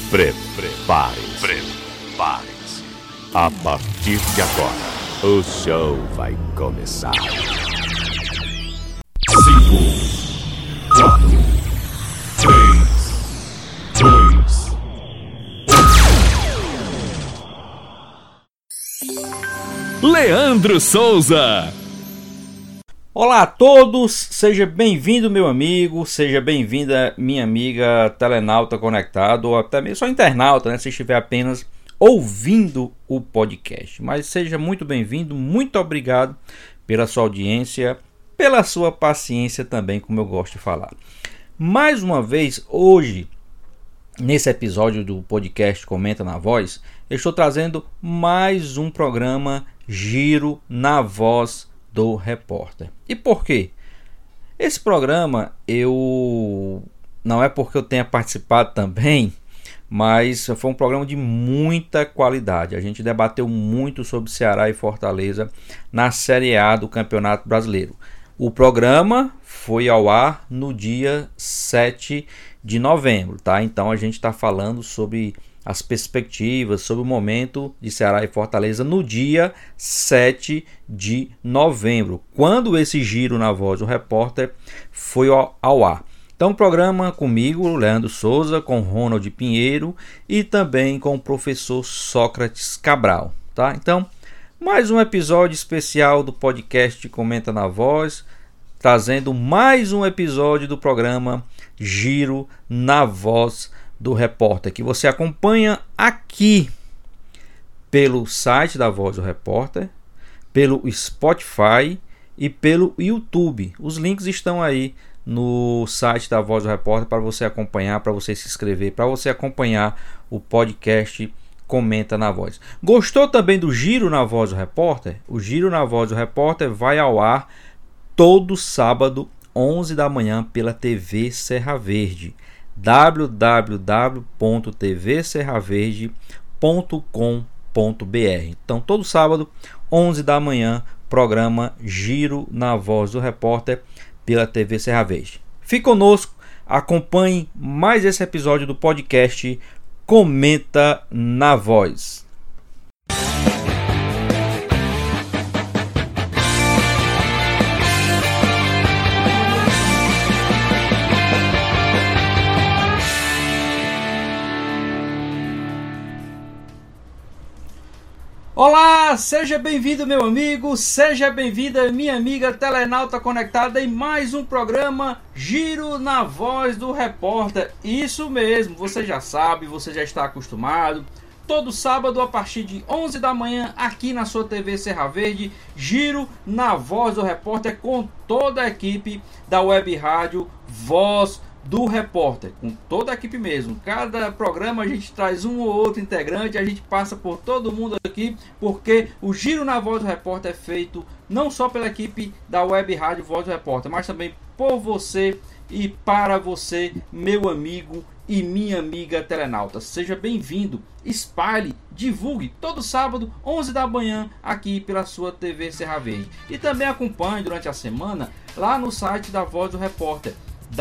Prepare-se. A partir de agora, o show vai começar. 5, 4, 3, 2, 1. Leandro Souza. Olá a todos, seja bem-vindo meu amigo, seja bem-vinda minha amiga telenauta conectado ou até mesmo só internauta, né, se estiver apenas ouvindo o podcast. Mas seja muito bem-vindo, muito obrigado pela sua audiência, pela sua paciência também, como eu gosto de falar. Mais uma vez, hoje, nesse episódio do podcast Comenta na Voz, eu estou trazendo mais um programa Giro na Voz do Repórter. E por quê? Esse programa não é porque eu tenha participado também, mas foi um programa de muita qualidade. A gente debateu muito sobre Ceará e Fortaleza na Série A do Campeonato Brasileiro. O programa foi ao ar no dia 7 de novembro, tá? Então a gente está falando sobre as perspectivas, sobre o momento de Ceará e Fortaleza no dia 7 de novembro, quando esse Giro na Voz do Repórter foi ao ar. Então, programa comigo, Leandro Souza, com Ronald Pinheiro e também com o professor Sócrates Cabral, tá? Então, mais um episódio especial do podcast Comenta na Voz, trazendo mais um episódio do programa Giro na Voz do Repórter, que você acompanha aqui pelo site da Voz do Repórter, pelo Spotify e pelo YouTube. Os links estão aí no site da Voz do Repórter para você acompanhar, para você se inscrever, para você acompanhar o podcast Comenta na Voz. Gostou também do Giro na Voz do Repórter? O Giro na Voz do Repórter vai ao ar todo sábado, 11 da manhã, pela TV Serra Verde. www.tvserraverde.com.br. Então, todo sábado, 11 da manhã, programa Giro na Voz do Repórter pela TV Serra Verde. Fique conosco, acompanhe mais esse episódio do podcast Comenta na Voz. Olá, seja bem-vindo meu amigo, seja bem-vinda minha amiga telenauta conectada em mais um programa Giro na Voz do Repórter. Isso mesmo, você já sabe, você já está acostumado. Todo sábado a partir de 11 da manhã aqui na sua TV Serra Verde, Giro na Voz do Repórter com toda a equipe da Web Rádio Voz do Repórter, com toda a equipe mesmo. Cada programa a gente traz um ou outro integrante, a gente passa por todo mundo aqui, porque o Giro na Voz do Repórter é feito não só pela equipe da Web Rádio Voz do Repórter, mas também por você e para você, meu amigo e minha amiga telenauta. Seja bem-vindo, espalhe, divulgue todo sábado, 11 da manhã, aqui pela sua TV Serra Verde. E também acompanhe durante a semana lá no site da Voz do Repórter,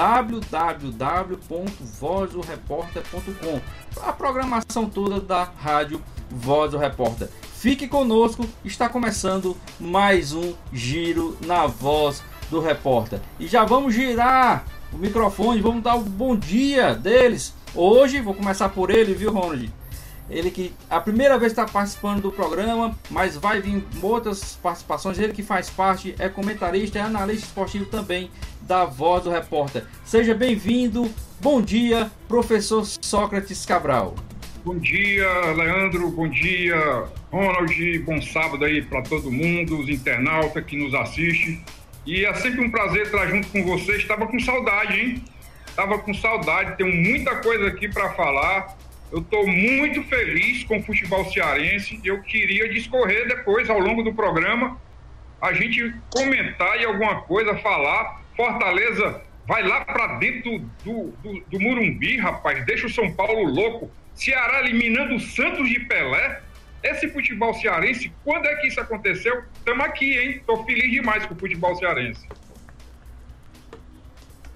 www.vozdoreporter.com, a programação toda da Rádio Voz do Repórter. Fique conosco, está começando mais um Giro na Voz do Repórter. E já vamos girar o microfone, vamos dar o bom dia deles. Hoje vou começar por ele, viu, Ronald? Ele que a primeira vez está participando do programa, mas vai vir outras participações. Ele que faz parte, é comentarista, é analista esportivo também da Voz do Repórter. Seja bem-vindo, bom dia, professor Sócrates Cabral. Bom dia, Leandro, bom dia, Ronald, bom sábado aí para todo mundo, os internautas que nos assistem. E é sempre um prazer estar junto com vocês. Estava com saudade, hein? Estava com saudade, tenho muita coisa aqui para falar. Eu estou muito feliz com o futebol cearense. Eu queria discorrer depois, ao longo do programa, a gente comentar e alguma coisa, falar. Fortaleza vai lá para dentro do Morumbi, rapaz. Deixa o São Paulo louco. Ceará eliminando o Santos de Pelé. Esse futebol cearense, quando é que isso aconteceu? Estamos aqui, hein? Estou feliz demais com o futebol cearense.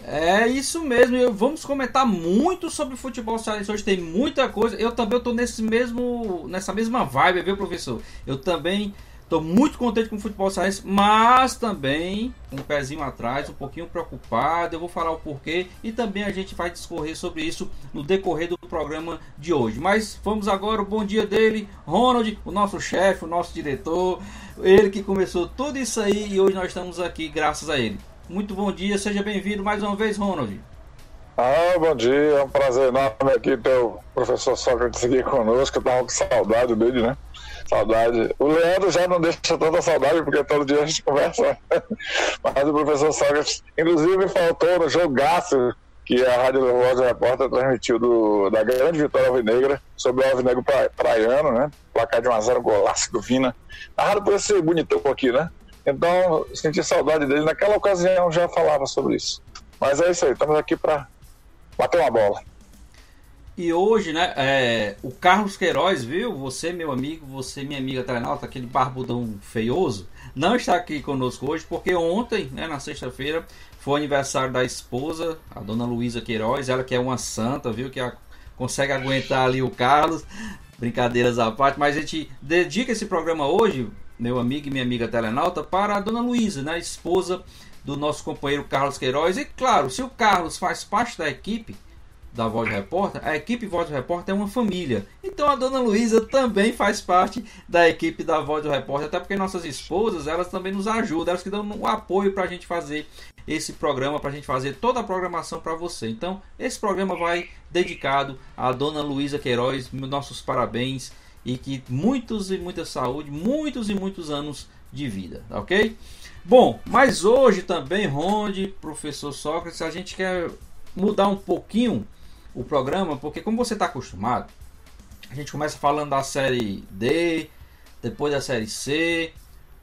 É isso mesmo, vamos comentar muito sobre futebol cearense. Hoje tem muita coisa. Eu também estou nessa mesma vibe, viu, professor? Eu também estou muito contente com o futebol cearense, mas também um pezinho atrás, um pouquinho preocupado. Eu vou falar o porquê e também a gente vai discorrer sobre isso no decorrer do programa de hoje. Mas vamos agora, o bom dia dele, Ronald, o nosso chefe, o nosso diretor, ele que começou tudo isso aí e hoje nós estamos aqui graças a ele. Muito bom dia, seja bem-vindo mais uma vez, Ronald. Bom dia, é um prazer enorme aqui ter o professor Sócrates aqui conosco, eu tava com saudade dele, né? Saudade. O Leandro já não deixa tanta saudade, porque todo dia a gente conversa, mas o professor Sócrates, inclusive, faltou no jogaço que a Rádio Voz do Repórter transmitiu da grande vitória alvinegra sobre o alvinegro praiano, né? Placar de 1-0, golaço do Vina. Narrado por esse bonitão aqui, né? Então, senti saudade dele. Naquela ocasião já falava sobre isso. Mas é isso aí, estamos aqui para bater uma bola. E hoje, né, o Carlos Queiroz, viu? Você, meu amigo, você, minha amiga Trenalta, aquele barbudão feioso, não está aqui conosco hoje, porque ontem, né, na sexta-feira, foi o aniversário da esposa, a dona Luísa Queiroz, ela que é uma santa, viu? Que consegue aguentar ali o Carlos. Brincadeiras à parte, mas a gente dedica esse programa hoje, meu amigo e minha amiga Telenauta, para a dona Luísa, né, esposa do nosso companheiro Carlos Queiroz. E claro, se o Carlos faz parte da equipe da Voz do Repórter, a equipe Voz do Repórter é uma família. Então a dona Luísa também faz parte da equipe da Voz do Repórter, até porque nossas esposas, elas também nos ajudam, elas que dão um apoio para a gente fazer esse programa, para a gente fazer toda a programação para você. Então esse programa vai dedicado à dona Luísa Queiroz, nossos parabéns. E que muitos e muita saúde, muitos e muitos anos de vida, ok? Bom, mas hoje também, Ronde, professor Sócrates, a gente quer mudar um pouquinho o programa, porque como você está acostumado, a gente começa falando da série D, depois da série C,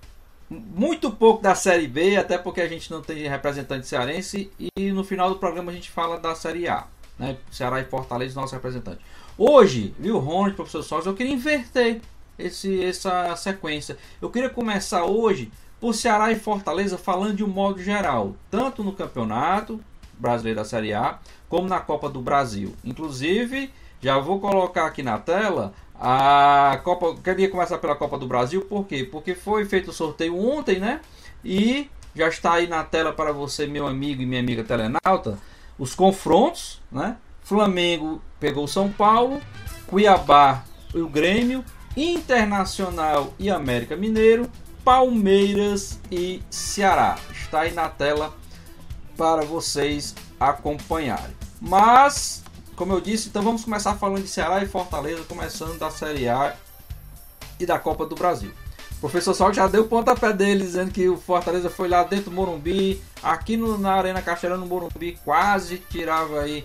muito pouco da série B, até porque a gente não tem representante cearense, e no final do programa a gente fala da série A, né? Ceará e Fortaleza, nosso representante. Hoje, viu, Ronald, professor Sócrates, eu queria inverter essa sequência. Eu queria começar hoje por Ceará e Fortaleza falando de um modo geral, tanto no Campeonato Brasileiro da Série A, como na Copa do Brasil. Inclusive, já vou colocar aqui na tela a Copa. Eu queria começar pela Copa do Brasil, por quê? Porque foi feito o sorteio ontem, né? E já está aí na tela para você, meu amigo e minha amiga Telenauta, os confrontos, né? Flamengo pegou São Paulo, Cuiabá e o Grêmio, Internacional e América Mineiro, Palmeiras e Ceará. Está aí na tela para vocês acompanharem. Mas, como eu disse, então vamos começar falando de Ceará e Fortaleza, começando da Série A e da Copa do Brasil. O professor Sol já deu o pontapé dele, dizendo que o Fortaleza foi lá dentro do Morumbi, aqui na Arena Castelão, no Morumbi, quase tirava aí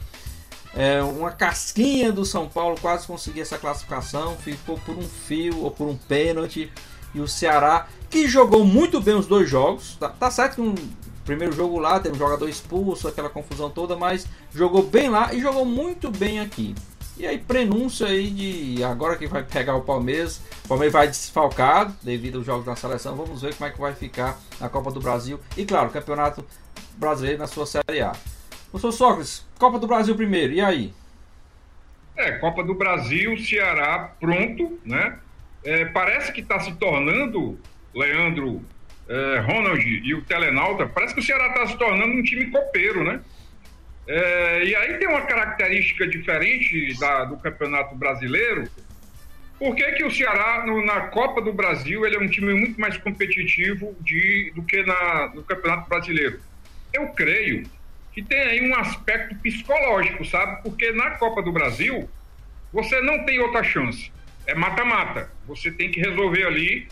uma casquinha do São Paulo, quase conseguia essa classificação, ficou por um fio ou por um pênalti. E o Ceará, que jogou muito bem os dois jogos, tá certo que no primeiro jogo lá teve um jogador expulso, aquela confusão toda, mas jogou bem lá e jogou muito bem aqui. E aí, prenúncio aí de agora que vai pegar o Palmeiras vai desfalcado devido aos jogos da seleção. Vamos ver como é que vai ficar na Copa do Brasil e, claro, o Campeonato Brasileiro na sua Série A. Professor Sócrates, Copa do Brasil primeiro, e aí? Copa do Brasil, Ceará pronto, né? Parece que está se tornando, Leandro, Ronald e o Telenauta, parece que o Ceará está se tornando um time copeiro, né? E aí tem uma característica diferente do Campeonato Brasileiro. Por que o Ceará, na Copa do Brasil, ele é um time muito mais competitivo do que no Campeonato Brasileiro? Eu creio que tem aí um aspecto psicológico, sabe? Porque na Copa do Brasil, você não tem outra chance. É mata-mata. Você tem que resolver ali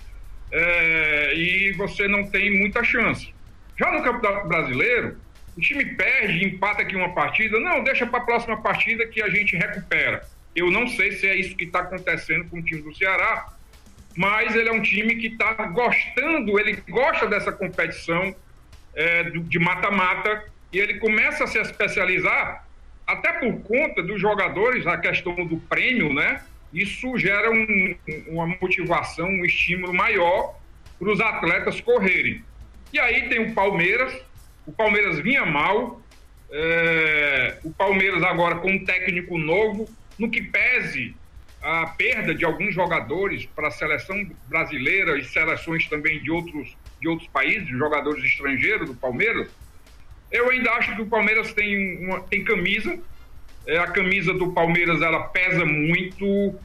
e você não tem muita chance. Já no Campeonato Brasileiro, o time perde, empata aqui uma partida. Não, deixa para a próxima partida que a gente recupera. Eu não sei se é isso que está acontecendo com o time do Ceará, mas ele é um time que está gostando, ele gosta dessa competição de mata-mata, e ele começa a se especializar, até por conta dos jogadores, a questão do prêmio, né? Isso gera uma motivação, um estímulo maior para os atletas correrem. E aí tem o Palmeiras vinha mal, o Palmeiras agora com um técnico novo, no que pese a perda de alguns jogadores para a seleção brasileira e seleções também de outros países, jogadores estrangeiros do Palmeiras, eu ainda acho que o Palmeiras tem camisa. A camisa do Palmeiras ela pesa muito,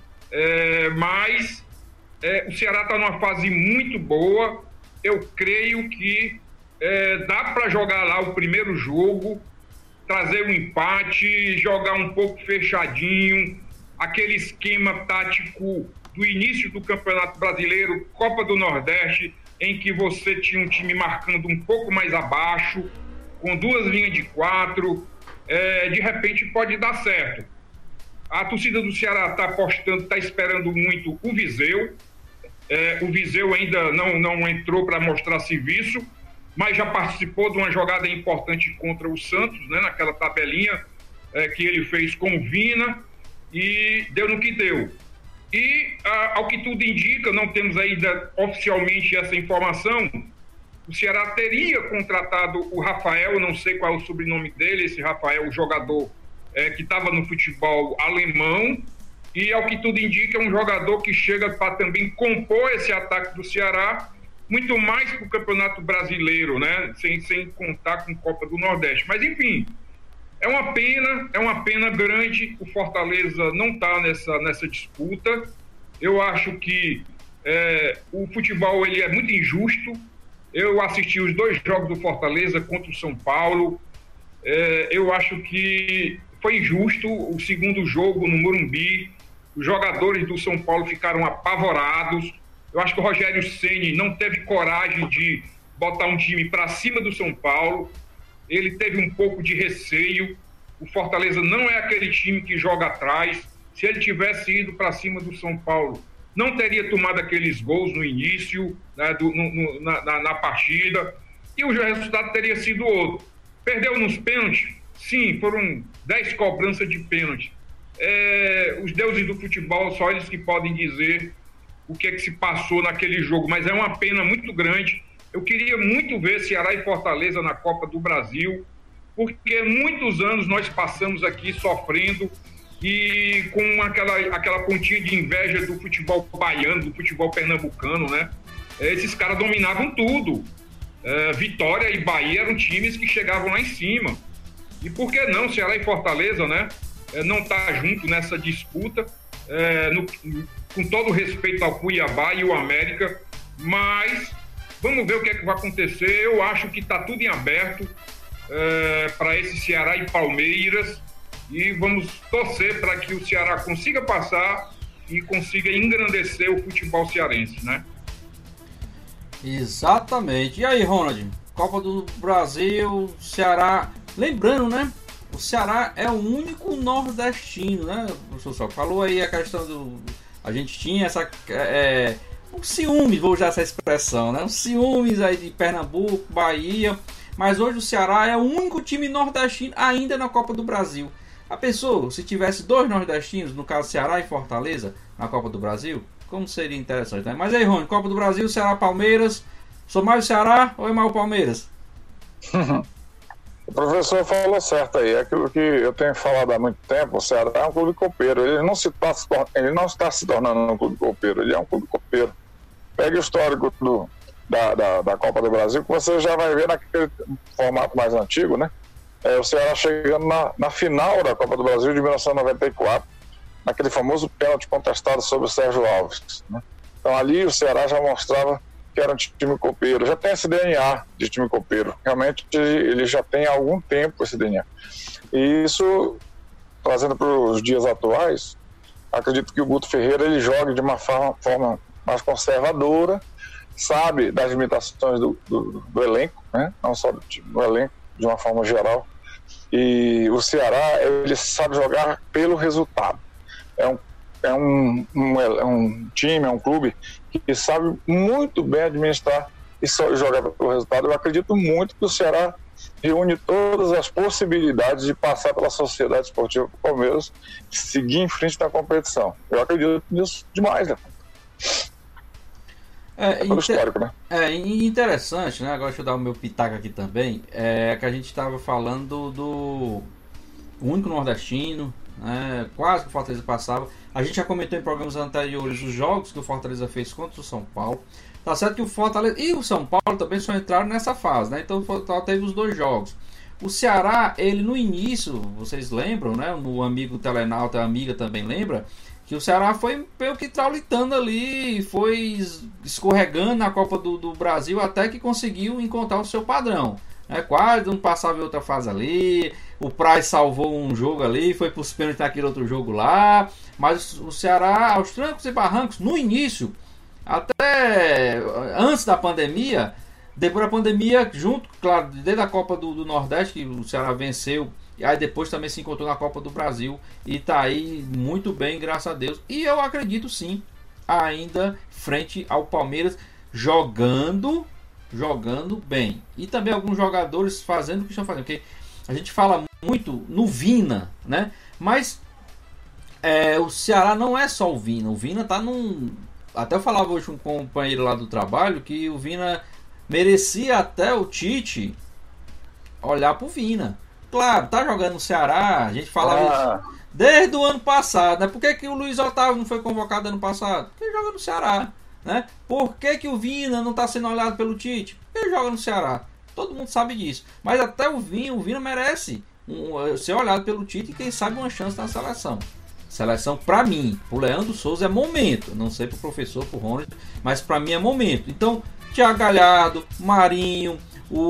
mas o Ceará está numa fase muito boa. Eu creio que dá para jogar lá o primeiro jogo, trazer um empate, jogar um pouco fechadinho, aquele esquema tático do início do Campeonato Brasileiro, Copa do Nordeste, em que você tinha um time marcando um pouco mais abaixo, com 2 linhas de 4, de repente pode dar certo. A torcida do Ceará está apostando, está esperando muito o Viseu. O Viseu ainda não entrou para mostrar serviço, mas já participou de uma jogada importante contra o Santos, né, naquela tabelinha que ele fez com o Vina, e deu no que deu. E, ao que tudo indica, não temos ainda oficialmente essa informação, o Ceará teria contratado o Rafael, não sei qual é o sobrenome dele, esse Rafael, o jogador que estava no futebol alemão, e ao que tudo indica é um jogador que chega para também compor esse ataque do Ceará, muito mais para o Campeonato Brasileiro, né? Sem contar com Copa do Nordeste. Mas, enfim, é uma pena grande. O Fortaleza não está nessa disputa. Eu acho que o futebol ele é muito injusto. Eu assisti os 2 jogos do Fortaleza contra o São Paulo. Eu acho que foi injusto o segundo jogo no Morumbi. Os jogadores do São Paulo ficaram apavorados. Eu acho que o Rogério Ceni não teve coragem de botar um time para cima do São Paulo. Ele teve um pouco de receio. O Fortaleza não é aquele time que joga atrás. Se ele tivesse ido para cima do São Paulo, não teria tomado aqueles gols no início, né, na partida, e o resultado teria sido outro. Perdeu nos pênaltis? Sim, foram 10 cobranças de pênalti. Os deuses do futebol, só eles que podem dizer o que é que se passou naquele jogo, mas é uma pena muito grande. Eu queria muito ver Ceará e Fortaleza na Copa do Brasil, porque muitos anos nós passamos aqui sofrendo e com aquela pontinha de inveja do futebol baiano, do futebol pernambucano, né? Esses caras dominavam tudo. Vitória e Bahia eram times que chegavam lá em cima. E por que não Ceará e Fortaleza, né? Não tá junto nessa disputa, com todo respeito ao Cuiabá e o América, mas vamos ver o que é que vai acontecer. Eu acho que está tudo em aberto para esse Ceará e Palmeiras, e vamos torcer para que o Ceará consiga passar e consiga engrandecer o futebol cearense, né? Exatamente. E aí, Ronald? Copa do Brasil, Ceará. Lembrando, né? O Ceará é o único nordestino, né? O professor Só falou aí a questão do... A gente tinha essa... um ciúmes, vou usar essa expressão, né? Um ciúmes aí de Pernambuco, Bahia. Mas hoje o Ceará é o único time nordestino ainda na Copa do Brasil. A pessoa, se tivesse 2 nordestinos, no caso Ceará e Fortaleza, na Copa do Brasil, como seria interessante, né? Mas aí, Rony, Copa do Brasil, Ceará, Palmeiras. Sou mais o Ceará ou é mais o Palmeiras? O professor falou certo aí, é aquilo que eu tenho falado há muito tempo. O Ceará é um clube copeiro, ele não está se tornando um clube copeiro, ele é um clube copeiro. Pega o histórico da Copa do Brasil, que você já vai ver naquele formato mais antigo, né? O Ceará chegando na final da Copa do Brasil de 1994, naquele famoso pênalti contestado sobre o Sérgio Alves, né? Então ali o Ceará já mostrava que era um time copeiro, já tem esse DNA de time copeiro, realmente ele já tem há algum tempo esse DNA. E isso, trazendo para os dias atuais, acredito que o Guto Ferreira ele joga de uma forma mais conservadora, sabe das limitações do elenco, né? Não só do time, do elenco, de uma forma geral. E o Ceará, ele sabe jogar pelo resultado. É um time, é um clube que sabe muito bem administrar e só jogar pelo resultado. Eu acredito muito que o Ceará reúne todas as possibilidades de passar pela Sociedade Esportiva do Palmeiras e seguir em frente na competição. Eu acredito nisso demais, né? pelo histórico, né? Interessante, né? Agora deixa eu dar o meu pitaco aqui também. Que a gente estava falando do único nordestino, né? Quase que o Fortaleza passava. A gente já comentou em programas anteriores os jogos que o Fortaleza fez contra o São Paulo. Tá certo que o Fortaleza e o São Paulo também só entraram nessa fase, né? Então o Fortaleza teve os 2 jogos. O Ceará, ele no início, vocês lembram, né? O amigo Telenauta, a amiga também lembra, que o Ceará foi meio que traulitando ali, foi escorregando na Copa do Brasil até que conseguiu encontrar o seu padrão. Quase não passava em outra fase ali, o Praz salvou um jogo ali, foi para os pênaltis naquele outro jogo lá, mas o Ceará, aos trancos e barrancos, no início, até antes da pandemia, depois da pandemia, junto, claro, desde a Copa do Nordeste, que o Ceará venceu, e aí depois também se encontrou na Copa do Brasil, e tá aí muito bem, graças a Deus. E eu acredito sim, ainda frente ao Palmeiras, jogando bem. E também alguns jogadores fazendo o que estão fazendo, porque a gente fala muito no Vina, né? Mas o Ceará não é só o Vina tá num... Até eu falava hoje com um companheiro lá do trabalho que o Vina merecia até o Tite olhar pro Vina. Claro, tá jogando no Ceará, a gente falava isso desde o ano passado, né? Por que o Luiz Otávio não foi convocado ano passado? Porque ele joga no Ceará, né? Por que o Vina não está sendo olhado pelo Tite? Porque ele joga no Ceará. Todo mundo sabe disso. Mas até o Vina merece ser olhado pelo Tite e quem sabe uma chance na seleção. Seleção para mim, pro Leandro Souza é momento. Não sei pro professor, pro Ronald, mas para mim é momento. Então, Thiago Galhardo, Marinho,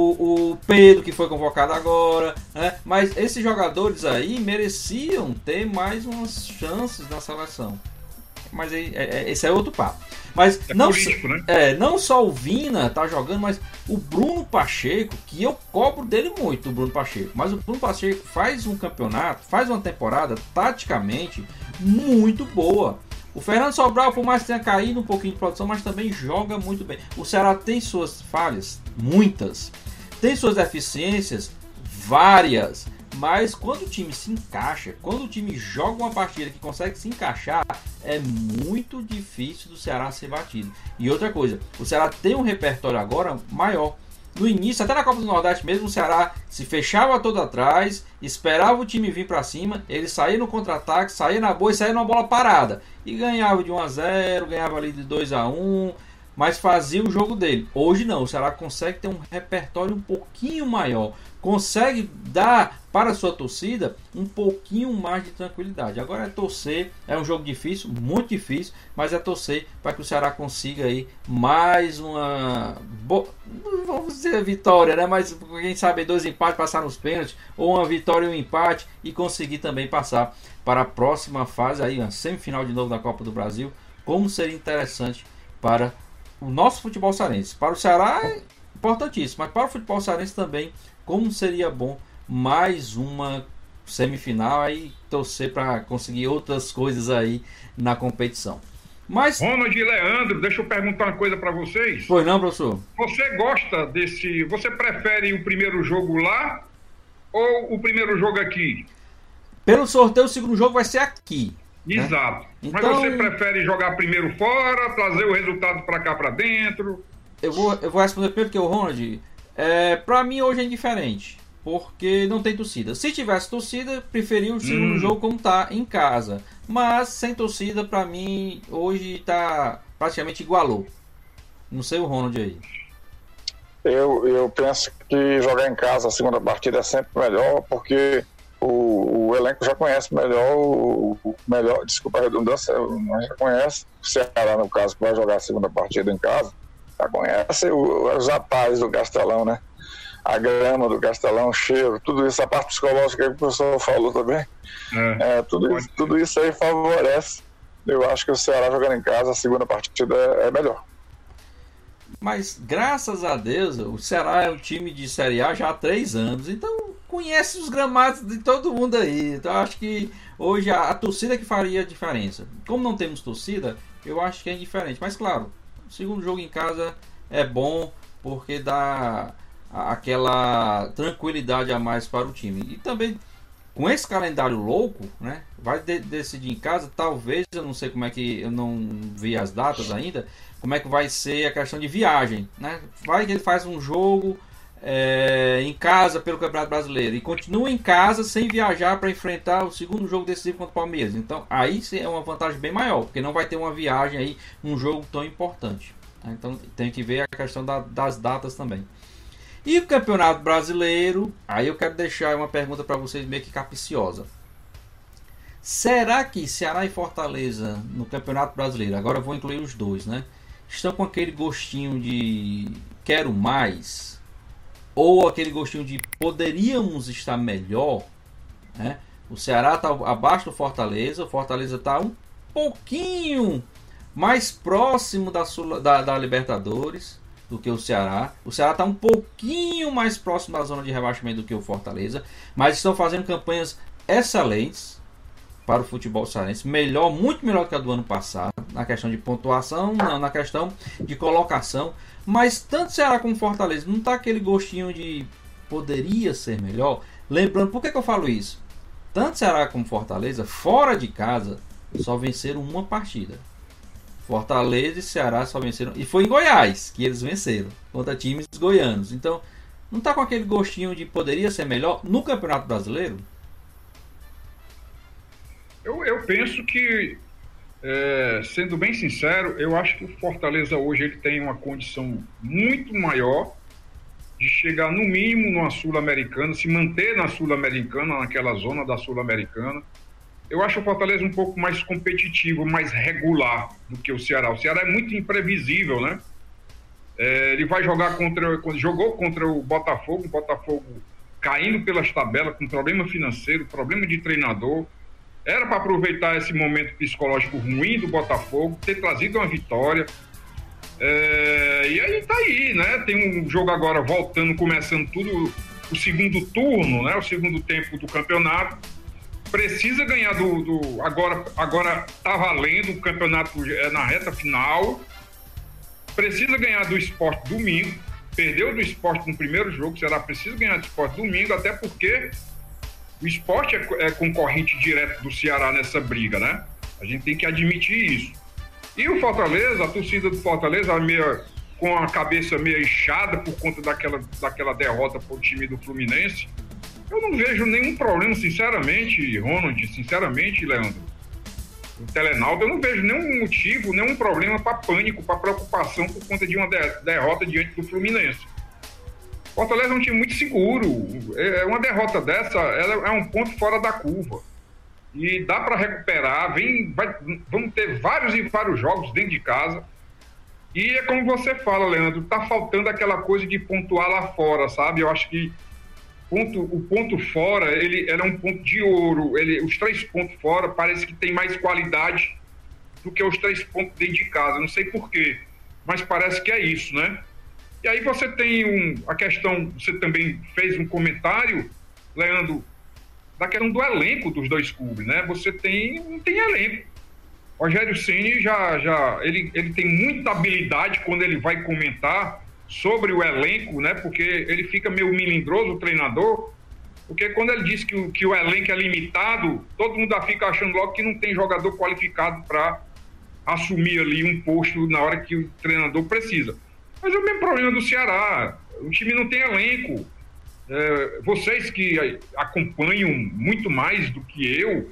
o Pedro que foi convocado agora, né? Mas esses jogadores aí mereciam ter mais umas chances na seleção. Mas esse é outro papo. Mas não, político, né? Não só o Vina tá jogando, mas o Bruno Pacheco, que eu cobro dele muito, o Bruno Pacheco. Mas o Bruno Pacheco faz um campeonato, faz uma temporada taticamente muito boa. O Fernando Sobral, por mais que tenha caído um pouquinho de produção, mas também joga muito bem. O Ceará tem suas falhas, muitas. Tem suas deficiências, várias. Mas quando o time se encaixa, quando o time joga uma partida que consegue se encaixar, é muito difícil do Ceará ser batido. E outra coisa, o Ceará tem um repertório agora maior. No início, até na Copa do Nordeste mesmo, o Ceará se fechava todo atrás, esperava o time vir para cima, ele saía no contra-ataque, saía na boa e saía numa bola parada. E ganhava de 1-0, ganhava ali de 2-1, mas fazia o jogo dele. Hoje não, o Ceará consegue ter um repertório um pouquinho maior, consegue dar para a sua torcida um pouquinho mais de tranquilidade. Agora é torcer, é um jogo difícil, muito difícil, mas é torcer para que o Ceará consiga aí mais uma vamos dizer vitória, né? Mas quem sabe 2 empates, passar nos pênaltis, ou uma vitória e um empate e conseguir também passar para a próxima fase aí, uma semifinal de novo da Copa do Brasil. Como seria interessante para o nosso futebol cearense. Para o Ceará é importantíssimo, mas para o futebol cearense também, como seria bom mais uma semifinal aí, torcer para conseguir outras coisas aí na competição. Mas Ronald e Leandro, deixa eu perguntar uma coisa para vocês. Pois não, professor? Você gosta desse... Você prefere o primeiro jogo lá ou o primeiro jogo aqui? Pelo sorteio, o segundo jogo vai ser aqui. Exato. Né? Então... Mas você prefere jogar primeiro fora, trazer o resultado para cá para dentro? Eu vou responder primeiro que o Ronald. Para mim hoje é indiferente, porque não tem torcida. Se tivesse torcida, preferia o segundo jogo como tá em casa. Mas sem torcida, para mim hoje tá praticamente igualou. Não sei o Ronald aí. Eu penso que jogar em casa a segunda partida é sempre melhor, porque o elenco já conhece melhor, desculpa a redundância, mas já conhece o Ceará, no caso, que vai jogar a segunda partida em casa, já conhece os atalhos do Castelão, né? A grama do Castelão, o cheiro, tudo isso, a parte psicológica que o professor falou também, tudo isso aí favorece. Eu acho que o Ceará jogando em casa, a segunda partida é melhor. Mas graças a Deus, o Ceará é um time de Série A já há 3 anos, então conhece os gramados de todo mundo aí. Então acho que hoje a torcida que faria a diferença. Como não temos torcida, eu acho que é indiferente. Mas claro, o segundo jogo em casa é bom porque dá aquela tranquilidade a mais para o time. E também com esse calendário louco, né? Vai decidir em casa, talvez, eu não sei como é que, eu não vi as datas ainda, como é que vai ser a questão de viagem, né? Vai que ele faz um jogo em casa pelo Campeonato Brasileiro e continua em casa sem viajar para enfrentar o segundo jogo decisivo contra o Palmeiras. Então aí é uma vantagem bem maior, porque não vai ter uma viagem aí, um jogo tão importante. Tá? Então tem que ver a questão das datas também. E o Campeonato Brasileiro, aí eu quero deixar uma pergunta para vocês meio que capciosa. Será que Ceará e Fortaleza no Campeonato Brasileiro, agora eu vou incluir os dois, né? Estão com aquele gostinho de quero mais? Ou aquele gostinho de poderíamos estar melhor? Né? O Ceará está abaixo do Fortaleza, o Fortaleza está um pouquinho mais próximo da Libertadores do que o Ceará. O Ceará está um pouquinho mais próximo da zona de rebaixamento do que o Fortaleza, mas estão fazendo campanhas excelentes para o futebol cearense, muito melhor que a do ano passado, na questão de pontuação, não, na questão de colocação, mas tanto Ceará como Fortaleza não está aquele gostinho de poderia ser melhor. Lembrando, por que eu falo isso? Tanto Ceará como Fortaleza, fora de casa, só venceram uma partida. Fortaleza e Ceará só venceram, e foi em Goiás que eles venceram, contra times goianos. Então, não está com aquele gostinho de poderia ser melhor no Campeonato Brasileiro? Eu penso que, sendo bem sincero, eu acho que o Fortaleza hoje ele tem uma condição muito maior de chegar no mínimo numa Sul-Americana, se manter na Sul-Americana, naquela zona da Sul-Americana. Eu acho o Fortaleza um pouco mais competitivo, mais regular do que o Ceará. O Ceará é muito imprevisível, né? Ele vai jogar jogou contra o Botafogo caindo pelas tabelas, com problema financeiro, problema de treinador. Era para aproveitar esse momento psicológico ruim do Botafogo, ter trazido uma vitória. E aí tá aí, né? Tem um jogo agora voltando, começando tudo, o segundo turno, né? O segundo tempo do campeonato. Precisa ganhar agora tá valendo, o campeonato na reta final. Precisa ganhar do Sport domingo. Perdeu do Sport no primeiro jogo, será preciso ganhar do Sport domingo, até porque o Sport é concorrente direto do Ceará nessa briga, né? A gente tem que admitir isso. E o Fortaleza, a torcida do Fortaleza, com a cabeça meio inchada por conta daquela derrota para o time do Fluminense, eu não vejo nenhum problema, sinceramente, Ronald, sinceramente, Leandro, o Telenaldo, eu não vejo nenhum motivo, nenhum problema para pânico, para preocupação por conta de uma derrota diante do Fluminense. Fortaleza é um time muito seguro. Uma derrota dessa ela é um ponto fora da curva. E dá para recuperar. Vamos ter vários e vários jogos dentro de casa. E é como você fala, Leandro, tá faltando aquela coisa de pontuar lá fora, sabe? Eu acho que o ponto fora, ele é um ponto de ouro. Os 3 pontos fora parece que tem mais qualidade do que os 3 pontos dentro de casa. Não sei porquê, mas parece que é isso, né? E aí você tem a questão, você também fez um comentário, Leandro, da questão do elenco dos dois clubes, né? Não tem elenco. Rogério Ceni ele tem muita habilidade quando ele vai comentar sobre o elenco, né? Porque ele fica meio melindroso, o treinador, porque quando ele diz que o elenco é limitado, todo mundo fica achando logo que não tem jogador qualificado para assumir ali um posto na hora que o treinador precisa. Mas é o mesmo problema do Ceará. O time não tem elenco. Vocês que acompanham muito mais do que eu,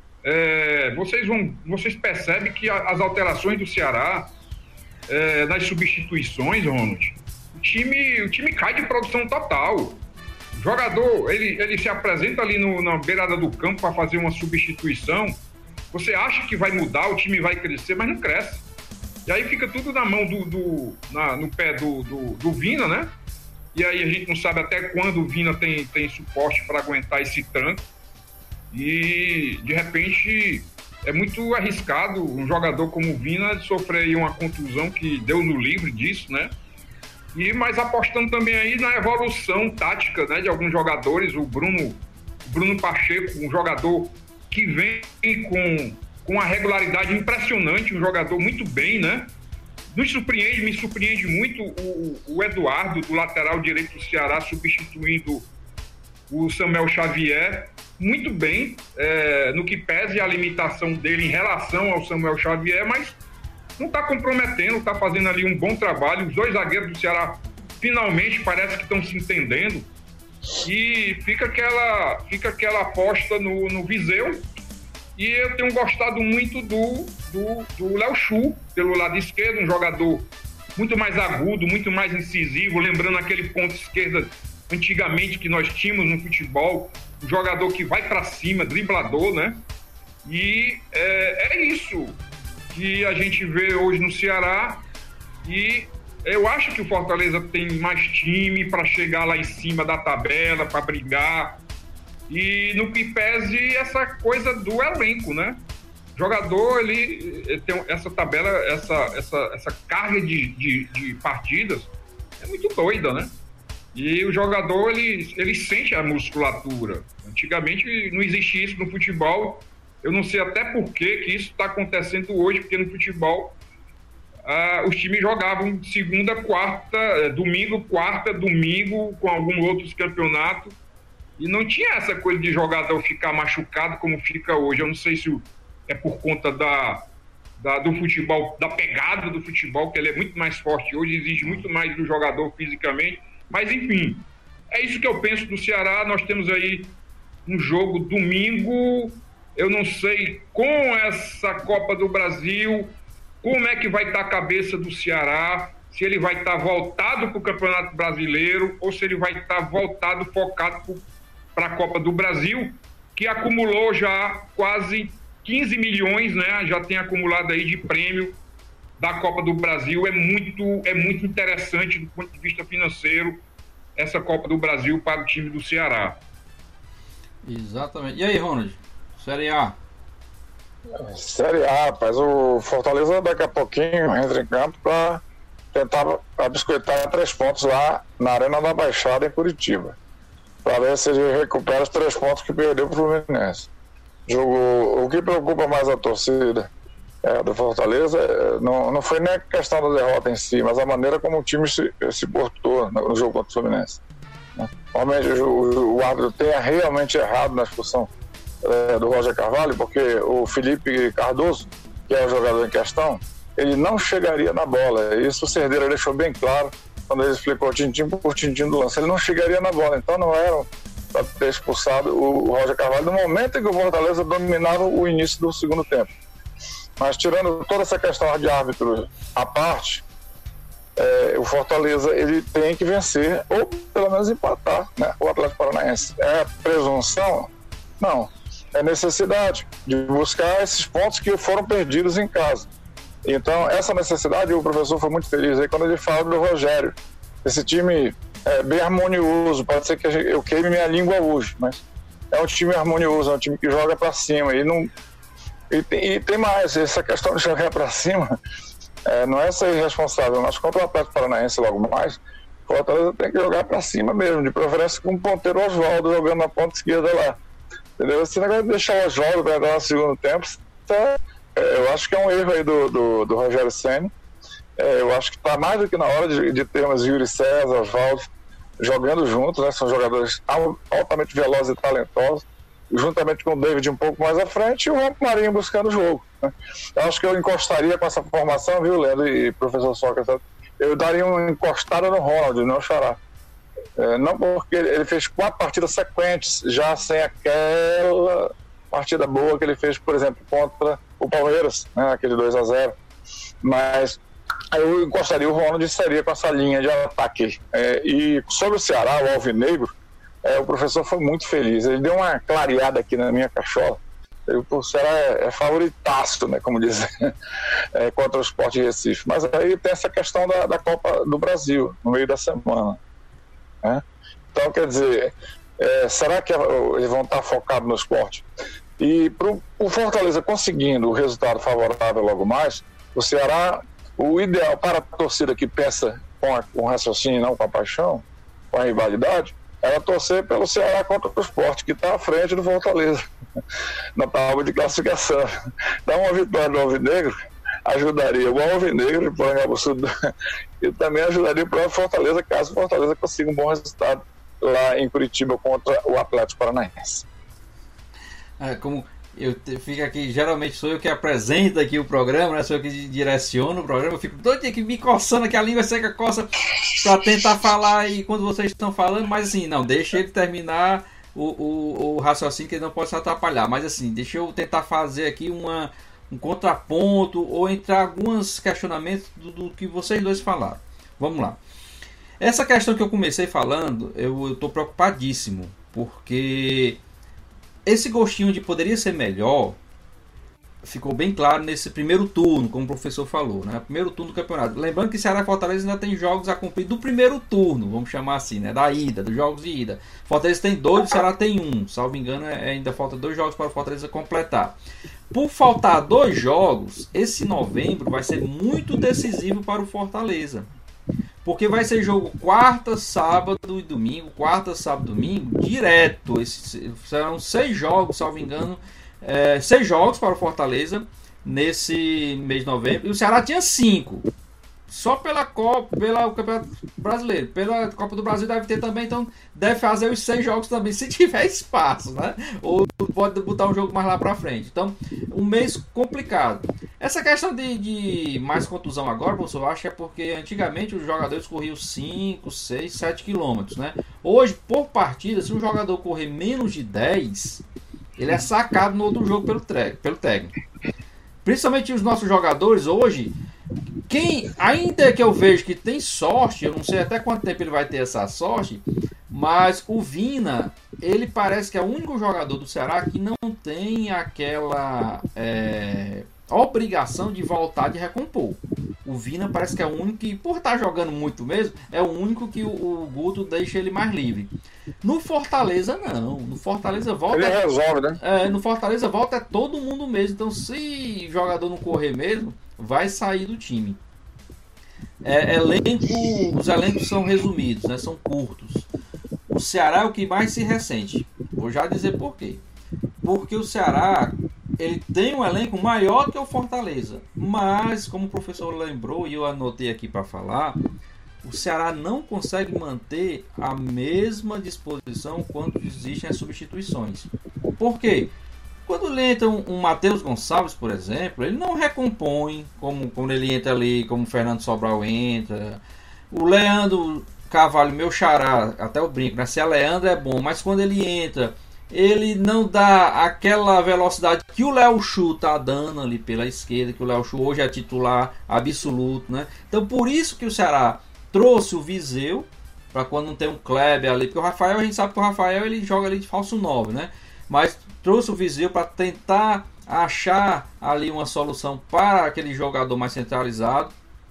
vocês percebem que as alterações do Ceará, nas substituições, Ronald, o time cai de produção total. O jogador, ele se apresenta ali na beirada do campo para fazer uma substituição. Você acha que vai mudar, o time vai crescer, mas não cresce. E aí fica tudo na mão no pé do Vina, né? E aí a gente não sabe até quando o Vina tem suporte para aguentar esse tranco. E, de repente, é muito arriscado um jogador como o Vina sofrer uma contusão, que Deus o livre disso, né? Mas apostando também aí na evolução tática, né, de alguns jogadores. O Bruno Pacheco, um jogador que vem com uma regularidade impressionante, um jogador muito bem, né? Me surpreende muito o Eduardo, do lateral direito do Ceará, substituindo o Samuel Xavier. muito bem, no que pese a limitação dele em relação ao Samuel Xavier, mas não está comprometendo, está fazendo ali um bom trabalho. Os dois zagueiros do Ceará finalmente parece que estão se entendendo, e fica aquela aposta no Viseu. E eu tenho gostado muito do Léo Chu, pelo lado esquerdo, um jogador muito mais agudo, muito mais incisivo, lembrando aquele ponto esquerda antigamente que nós tínhamos no futebol, um jogador que vai para cima, driblador, né? E é isso que a gente vê hoje no Ceará, e eu acho que o Fortaleza tem mais time para chegar lá em cima da tabela, para brigar, e no que pese essa coisa do elenco, né? O jogador, ele tem essa tabela, essa carga de partidas é muito doida, né? E o jogador, ele sente a musculatura. Antigamente não existia isso no futebol. Eu não sei até por que isso está acontecendo hoje, porque no futebol os times jogavam segunda, quarta, domingo, quarta, domingo, com algum outros campeonatos. E não tinha essa coisa de jogador ficar machucado como fica hoje. Eu não sei se é por conta do futebol, da pegada do futebol, que ele é muito mais forte hoje, exige muito mais do jogador fisicamente. Mas, enfim, é isso que eu penso do Ceará. Nós temos aí um jogo domingo. Eu não sei, com essa Copa do Brasil, como é que vai estar a cabeça do Ceará, se ele vai estar voltado para o Campeonato Brasileiro ou se ele vai estar voltado, focado para a Copa do Brasil, que acumulou já quase 15 milhões, né? Já tem acumulado aí de prêmio da Copa do Brasil. É muito interessante do ponto de vista financeiro essa Copa do Brasil para o time do Ceará. Exatamente. E aí, Ronald? Série A? Série A, rapaz. O Fortaleza daqui a pouquinho entra em campo para tentar biscoitar 3 pontos lá na Arena da Baixada, em Curitiba, para ver se ele recupera os 3 pontos que perdeu para o Fluminense. O que preocupa mais a torcida do Fortaleza não foi nem a questão da derrota em si, mas a maneira como o time se portou no jogo contra o Fluminense. Realmente o árbitro tenha realmente errado na expulsão do Roger Carvalho, porque o Felipe Cardoso, que é o jogador em questão, ele não chegaria na bola. Isso o Cerdeira deixou bem claro quando ele explicou tintim por tintim do lance. Ele não chegaria na bola, então não era para ter expulsado o Roger Carvalho no momento em que o Fortaleza dominava o início do segundo tempo. Mas tirando toda essa questão de árbitro à parte, o Fortaleza ele tem que vencer ou pelo menos empatar, né, o Atlético Paranaense. É presunção? Não. É necessidade de buscar esses pontos que foram perdidos em casa. Então, essa necessidade, o professor foi muito feliz aí quando ele fala do Rogério. Esse time é bem harmonioso, pode ser que eu queime minha língua hoje, mas é um time harmonioso, é um time que joga para cima. E tem mais, essa questão de jogar para cima não é ser irresponsável, mas contra o Atlético Paranaense logo mais, o Fortaleza tem que jogar para cima mesmo, de preferência com o ponteiro Oswaldo jogando na ponta esquerda lá. Entendeu? Esse negócio de deixar o Oswaldo para entrar no segundo tempo, eu acho que é um erro aí do Rogério Ceni. Eu acho que está mais do que na hora de termos Yuri César, Oswaldo jogando juntos, né? São jogadores altamente velozes e talentosos, juntamente com o David um pouco mais à frente e o Rampo Marinho buscando o jogo, né? Eu acho que eu encostaria com essa formação, viu, Leandro e professor Sócrates? Eu daria uma encostada no Ronald, não Xará. Não porque ele fez 4 partidas sequentes, já sem aquela partida boa que ele fez, por exemplo, contra o Palmeiras, né, aquele 2-0. Mas eu encostaria o Ronald e seria com essa linha de ataque. E sobre o Ceará, o Alvinegro, o professor foi muito feliz. Ele deu uma clareada aqui na minha cachola. O Ceará é favoritaço, né, como dizem, contra o Sport de Recife. Mas aí tem essa questão da Copa do Brasil, no meio da semana. Então, quer dizer, será que eles vão estar focados no esporte? E o Fortaleza conseguindo o resultado favorável logo mais, o Ceará, o ideal para a torcida que pensa com raciocínio, não com a paixão, com a rivalidade, era torcer pelo Ceará contra o esporte, que está à frente do Fortaleza na tábua de classificação. Então, uma vitória do Alvinegro ajudaria o Alvinegro de Porangabuçu e também ajudaria o próprio Fortaleza, caso o Fortaleza consiga um bom resultado lá em Curitiba contra o Atlético Paranaense. Como fico aqui, geralmente sou eu que apresento aqui o programa, né? Sou eu que direciono o programa, eu fico todo dia aqui me coçando aqui, a língua seca coça para tentar falar e quando vocês estão falando, mas assim, não, deixa ele terminar o raciocínio, que ele não pode se atrapalhar, mas assim, deixa eu tentar fazer aqui um contraponto ou entrar alguns questionamentos do que vocês dois falaram. Vamos lá. Essa questão que eu comecei falando, eu estou preocupadíssimo, porque esse gostinho de poderia ser melhor ficou bem claro nesse primeiro turno, como o professor falou, né? Primeiro turno do campeonato. Lembrando que Ceará e Fortaleza ainda tem jogos a cumprir do primeiro turno, vamos chamar assim, né? Da ida, dos jogos de ida. Fortaleza tem 2, o Ceará tem 1. Salvo engano, ainda falta 2 jogos para o Fortaleza completar. Por faltar 2 jogos, esse novembro vai ser muito decisivo para o Fortaleza. Porque vai ser jogo quarta, sábado e domingo. Quarta, sábado e domingo, direto. Serão 6 jogos, salvo engano. 6 jogos para o Fortaleza nesse mês de novembro. E o Ceará tinha 5. Só pela Copa, pelo Campeonato Brasileiro. Pela Copa do Brasil deve ter também. Então deve fazer os 6 jogos também, se tiver espaço, né? Ou pode botar um jogo mais lá para frente. Então, um mês complicado. Essa questão de mais contusão agora, professor, eu acho que é porque antigamente os jogadores corriam 5, 6, 7 quilômetros, né? Hoje, por partida, se um jogador correr menos de 10, ele é sacado no outro jogo pelo técnico. Principalmente os nossos jogadores hoje, ainda que eu vejo que tem sorte, eu não sei até quanto tempo ele vai ter essa sorte, mas o Vina, ele parece que é o único jogador do Ceará que não tem aquela obrigação de voltar, de recompor. O Vina parece que é o único que, por estar jogando muito mesmo, é o único que o Guto deixa ele mais livre. No Fortaleza não, no Fortaleza volta... Ele resolve, né? No Fortaleza volta todo mundo mesmo, então se o jogador não correr mesmo, vai sair do time. Os elencos são resumidos, né? São curtos. O Ceará é o que mais se ressente. Vou já dizer por quê. Porque o Ceará, ele tem um elenco maior que o Fortaleza. Mas, como o professor lembrou e eu anotei aqui para falar, o Ceará não consegue manter a mesma disposição quando existem as substituições. Por quê? Quando ele entra um Matheus Gonçalves, por exemplo, ele não recompõe como quando ele entra ali, como o Fernando Sobral entra. O Leandro Carvalho, meu xará, até o brinco, né? Se é Leandro é bom, mas quando ele entra, ele não dá aquela velocidade que o Léo Chu tá dando ali pela esquerda, que o Léo Chu hoje é titular absoluto, né? Então por isso que o Ceará trouxe o Viseu, para quando não tem um Kleber ali, porque o Rafael, a gente sabe que o Rafael ele joga ali de falso 9, né? Mas trouxe o Viseu para tentar achar ali uma solução para aquele jogador mais centralizado.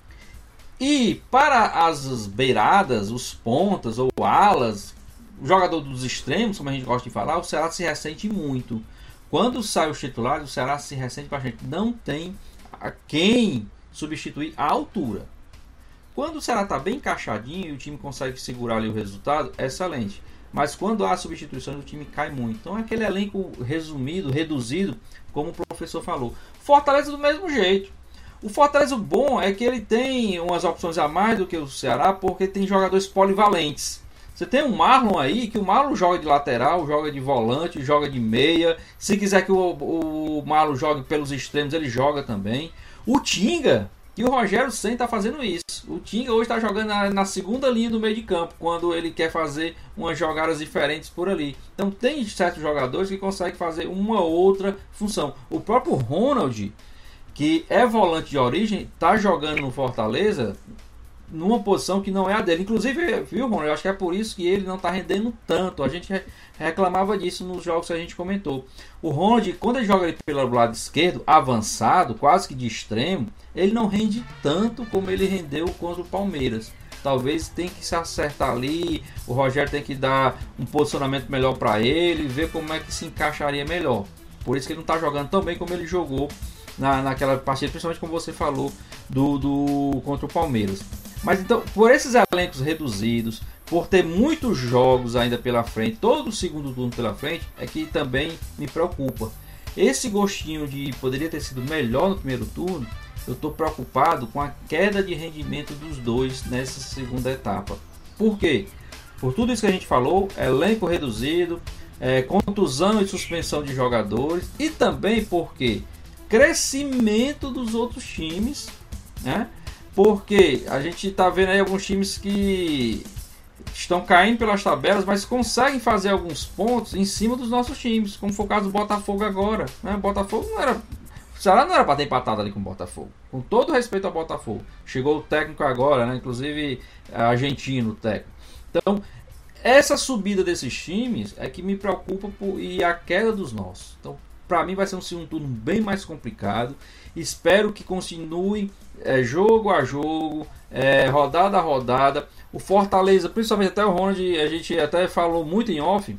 E para as beiradas, os pontas ou alas, o jogador dos extremos, como a gente gosta de falar, o Ceará se ressente muito. Quando sai os titulares, o Ceará se ressente bastante. Não tem a quem substituir a altura. Quando o Ceará está bem encaixadinho e o time consegue segurar ali o resultado, é excelente. Mas quando há substituições, o time cai muito. Então é aquele elenco resumido, reduzido, como o professor falou. Fortaleza do mesmo jeito. O Fortaleza, o bom é que ele tem umas opções a mais do que o Ceará, porque tem jogadores polivalentes. Você tem um Marlon aí, que o Marlon joga de lateral, joga de volante, joga de meia. Se quiser que o Marlon jogue pelos extremos, ele joga também. O Tinga, e o Rogério Ceni está fazendo isso. O Tinga hoje está jogando na segunda linha do meio de campo, quando ele quer fazer umas jogadas diferentes por ali. Então tem certos jogadores que conseguem fazer uma ou outra função. O próprio Ronald, que é volante de origem, está jogando no Fortaleza numa posição que não é a dele. Inclusive, viu, Ronald? Eu acho que é por isso que ele não está rendendo tanto. A gente reclamava disso nos jogos que a gente comentou. O Ronald, quando ele joga ali pelo lado esquerdo, avançado, quase que de extremo, ele não rende tanto como ele rendeu contra o Palmeiras. Talvez tenha que se acertar ali, o Rogério tem que dar um posicionamento melhor para ele, ver como é que se encaixaria melhor. Por isso que ele não está jogando tão bem como ele jogou naquela partida, principalmente como você falou contra o Palmeiras. Mas então, por esses elencos reduzidos, por ter muitos jogos ainda pela frente, todo o segundo turno pela frente, é que também me preocupa. Esse gostinho de poderia ter sido melhor no primeiro turno, eu estou preocupado com a queda de rendimento dos dois nessa segunda etapa. Por quê? Por tudo isso que a gente falou, elenco reduzido, contusão e suspensão de jogadores, e também porque crescimento dos outros times, né? Porque a gente está vendo aí alguns times que estão caindo pelas tabelas, mas conseguem fazer alguns pontos em cima dos nossos times, como foi o caso do Botafogo agora, né? O Botafogo não era... O Ceará não era para ter empatado ali com o Botafogo. Com todo respeito ao Botafogo. Chegou o técnico agora, né? Inclusive argentino o técnico. Então, essa subida desses times é que me preocupa e a queda dos nossos. Então, para mim vai ser um segundo turno bem mais complicado. Espero que continue jogo a jogo, rodada a rodada. O Fortaleza, principalmente até o Ronald, a gente até falou muito em off.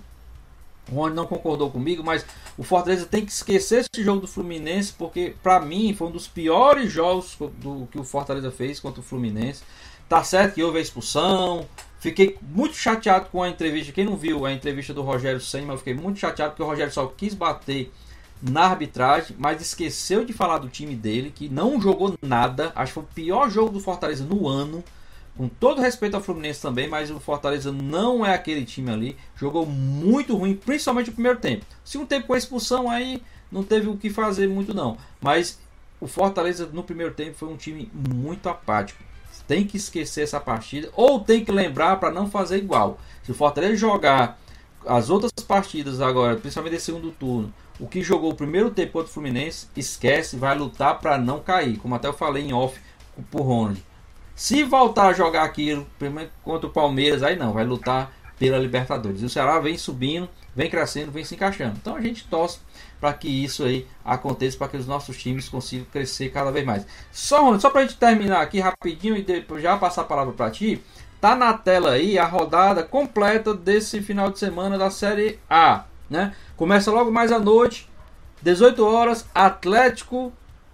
O Ronald não concordou comigo, mas o Fortaleza tem que esquecer esse jogo do Fluminense, porque para mim foi um dos piores jogos que o Fortaleza fez contra o Fluminense. Tá certo que houve a expulsão. Fiquei muito chateado com a entrevista. Quem não viu a entrevista do Rogério Ceni, eu fiquei muito chateado porque o Rogério só quis bater na arbitragem, mas esqueceu de falar do time dele, que não jogou nada. Acho que foi o pior jogo do Fortaleza no ano. Com todo respeito ao Fluminense também, mas o Fortaleza não é aquele time ali. Jogou muito ruim, principalmente o primeiro tempo. Segundo tempo com a expulsão aí não teve o que fazer muito não. Mas o Fortaleza no primeiro tempo foi um time muito apático. Tem que esquecer essa partida ou tem que lembrar para não fazer igual. Se o Fortaleza jogar as outras partidas agora, principalmente esse segundo turno, o que jogou o primeiro tempo contra o Fluminense, esquece, vai lutar para não cair. Como até eu falei em off pro Ronald. Se voltar a jogar aquilo contra o Palmeiras, aí não, vai lutar pela Libertadores. E o Ceará vem subindo, vem crescendo, vem se encaixando. Então a gente torce para que isso aí aconteça, para que os nossos times consigam crescer cada vez mais. Só para a gente terminar aqui rapidinho e depois já passar a palavra para ti, tá na tela aí a rodada completa desse final de semana da Série A, né? Começa logo mais à noite, 18 horas, Atlético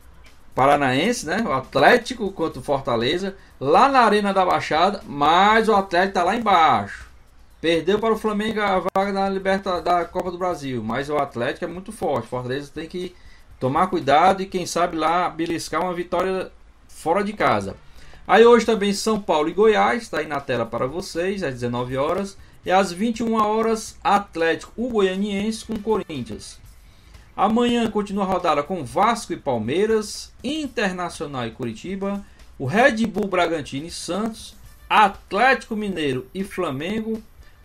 Paranaense, né? O Atlético contra o Fortaleza, lá na Arena da Baixada, mas o Atlético tá lá embaixo. Perdeu para o Flamengo a vaga da Copa do Brasil, mas o Atlético é muito forte. O Fortaleza tem que tomar cuidado e quem sabe lá beliscar uma vitória fora de casa. Aí hoje também São Paulo e Goiás, está aí na tela para vocês, às 19 horas. E às 21 horas, Atlético, o Goianiense com Corinthians. Amanhã continua a rodada com Vasco e Palmeiras, Internacional e Curitiba, o Red Bull Bragantino e Santos, Atlético Mineiro e Flamengo,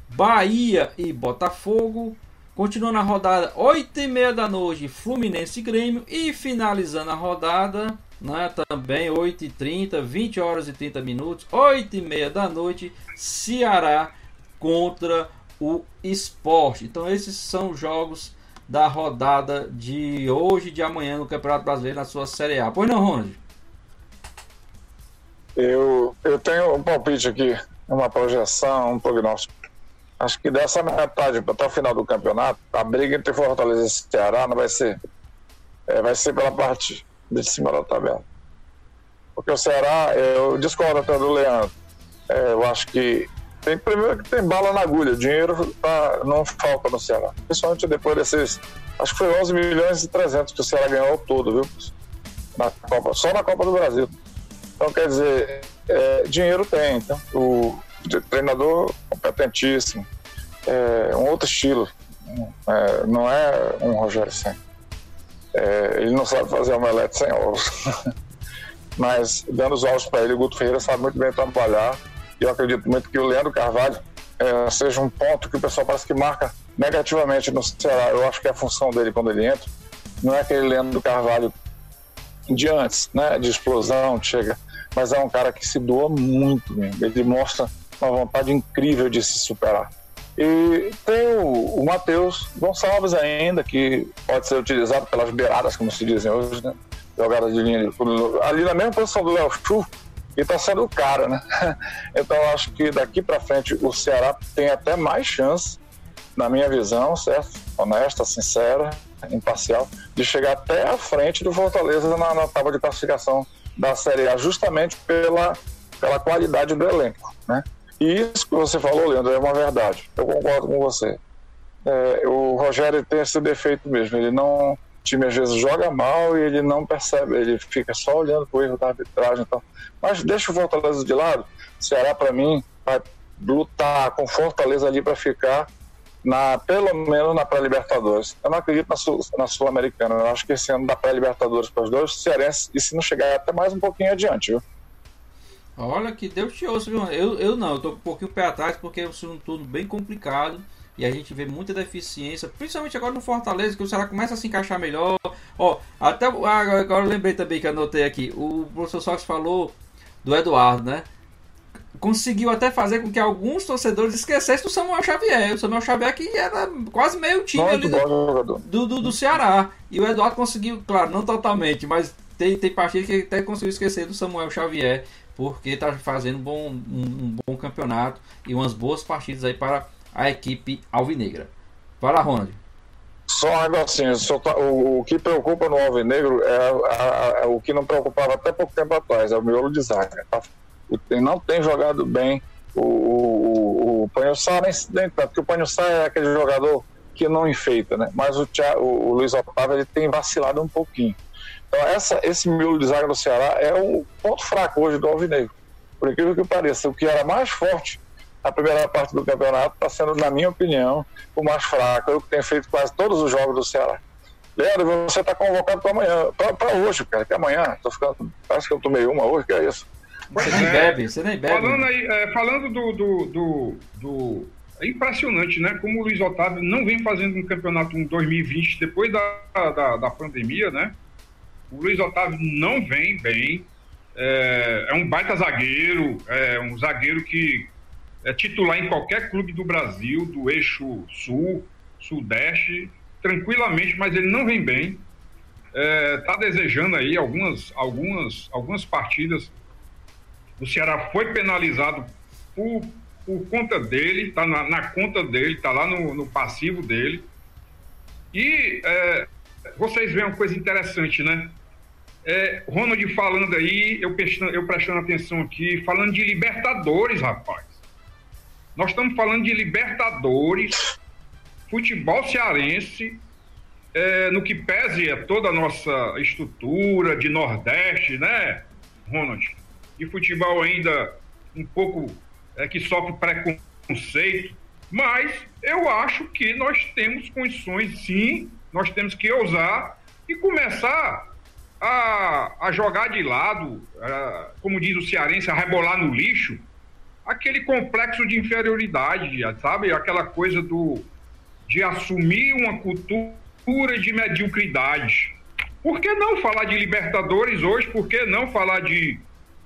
Bahia e Botafogo. Continuando a rodada, 8h30 da noite, Fluminense e Grêmio. E finalizando a rodada, né, também 8h30, 20 horas e 30 minutos, 8h30 da noite, Ceará contra o Sport. Então esses são os jogos da rodada de hoje e de amanhã no Campeonato Brasileiro na sua Série A. Pois não, Ronald? Eu tenho um palpite aqui, uma projeção, um prognóstico. Acho que dessa metade até o final do campeonato, a briga entre Fortaleza e Ceará não vai ser. Vai ser pela parte de cima da tabela. Porque o Ceará, eu discordo até do Leandro. Eu acho que primeiro que tem bala na agulha, dinheiro não falta no Ceará. Principalmente depois desses, acho que foi 11 milhões e 300 que o Ceará ganhou ao todo, viu? Só na Copa do Brasil. Então, quer dizer, dinheiro tem. Então, o treinador competentíssimo, um outro estilo, não é um Rogério Ceni. Ele não sabe fazer omelete sem ovos. Mas, dando os ovos para ele, o Guto Ferreira sabe muito bem trabalhar. E eu acredito muito que o Leandro Carvalho seja um ponto que o pessoal parece que marca negativamente no Ceará. Eu acho que a função dele quando ele entra não é aquele Leandro Carvalho de antes, né, de explosão, chega, mas é um cara que se doa muito mesmo. Ele mostra uma vontade incrível de se superar. E tem o Matheus Gonçalves ainda, que pode ser utilizado pelas beiradas, como se dizem hoje, né? Jogada de linha ali na mesma posição do Léo Chu, e tá sendo o cara, né? Então eu acho que daqui para frente o Ceará tem até mais chance, na minha visão, certo? Honesta, sincera, imparcial, de chegar até a frente do Fortaleza na tábua de classificação da Série A, justamente pela qualidade do elenco, né? E isso que você falou, Leandro, é uma verdade. Eu concordo com você. O Rogério tem esse defeito mesmo. Ele não... O time às vezes joga mal e ele não percebe. Ele fica só olhando para o erro da arbitragem. Então. Mas deixa o Fortaleza de lado. O Ceará, para mim, vai lutar com Fortaleza ali para ficar pelo menos na pré-Libertadores. Eu não acredito na Sul-Americana. Eu acho que esse ano dá pré-Libertadores para os dois cearenses, e se não chegar até mais um pouquinho adiante, viu? Olha que Deus te ouça, viu? Eu não, eu tô um pouquinho pé atrás porque é um turno bem complicado e a gente vê muita deficiência, principalmente agora no Fortaleza, que o Ceará começa a se encaixar melhor. Ó, até agora eu lembrei também que anotei aqui, o professor Sócrates falou do Eduardo, né? Conseguiu até fazer com que alguns torcedores esquecessem do Samuel Xavier. O Samuel Xavier que era quase meio time ali do Ceará. E o Eduardo conseguiu, claro, não totalmente, mas tem partida que ele até conseguiu esquecer do Samuel Xavier, porque está fazendo um bom campeonato e umas boas partidas aí para a equipe alvinegra. Vai lá, Ronald. Só um negocinho, o que preocupa no alvinegro é o que não preocupava até pouco tempo atrás, é o miolo de zaga. Tá? Ele não tem jogado bem o Panhussá, nem tanto, porque o Panhussá é aquele jogador que não enfeita, né? Mas o Luiz Otávio ele tem vacilado um pouquinho. Então esse miolo de zaga do Ceará é o ponto fraco hoje do alvinegro. Por incrível que pareça, o que era mais forte na primeira parte do campeonato está sendo, na minha opinião, o mais fraco. Eu que tenho feito quase todos os jogos do Ceará. Leandro, você está convocado para amanhã, para hoje, cara, que amanhã. Parece que eu tomei uma hoje, que é isso. Você nem bebe. Falando é impressionante, né? Como o Luiz Otávio não vem fazendo um campeonato em 2020, depois da pandemia, né? O Luiz Otávio não vem bem. É um baita zagueiro, é um zagueiro que é titular em qualquer clube do Brasil, do eixo sul, sudeste, tranquilamente, mas ele não vem bem. Tá desejando aí algumas partidas. O Ceará foi penalizado por conta dele, tá na conta dele, tá lá no passivo dele. E vocês veem uma coisa interessante, né? Ronald falando aí, eu prestando atenção aqui, falando de Libertadores, rapaz. Nós estamos falando de Libertadores, futebol cearense, no que pese toda a nossa estrutura de Nordeste, né, Ronald? E futebol ainda um pouco que sofre preconceito, mas eu acho que nós temos condições, sim, nós temos que ousar e começar a jogar de lado, como diz o cearense, a rebolar no lixo, aquele complexo de inferioridade, sabe? Aquela coisa de assumir uma cultura de mediocridade. Por que não falar de Libertadores hoje? Por que não falar de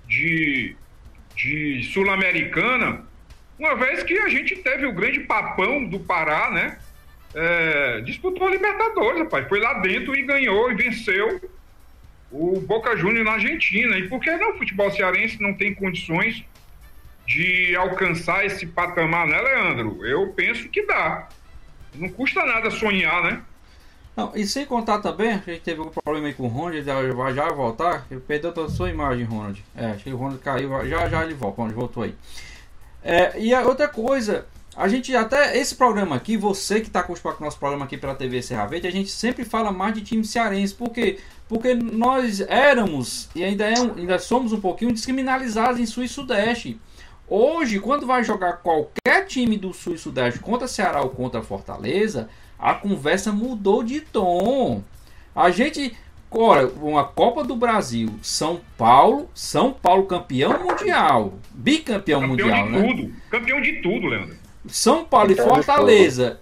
Sul-Americana? Uma vez que a gente teve o grande papão do Pará, né? Disputou a Libertadores, rapaz. Foi lá dentro e ganhou e venceu o Boca Juniors na Argentina. E por que não o futebol cearense não tem condições de alcançar esse patamar, né, Leandro? Eu penso que dá. Não custa nada sonhar, né? Não, e sem contar também, a gente teve um problema aí com o Ronald, ele já vai voltar. Ele perdeu toda a sua imagem, Ronald. Acho que o Ronald caiu, já ele volta. Ronald voltou aí. E a outra coisa, a gente até, esse programa aqui, você que está acostumado com o nosso programa aqui pela TV Serra Verde, a gente sempre fala mais de time cearense. Por quê? Porque nós éramos, e ainda somos um pouquinho descriminalizados em Sul e Sudeste. Hoje, quando vai jogar qualquer time do Sul e Sudeste contra Ceará ou contra Fortaleza, a conversa mudou de tom. A gente, olha, uma Copa do Brasil, São Paulo campeão mundial, bicampeão mundial, né? Campeão de tudo, Leandro. São Paulo e Fortaleza,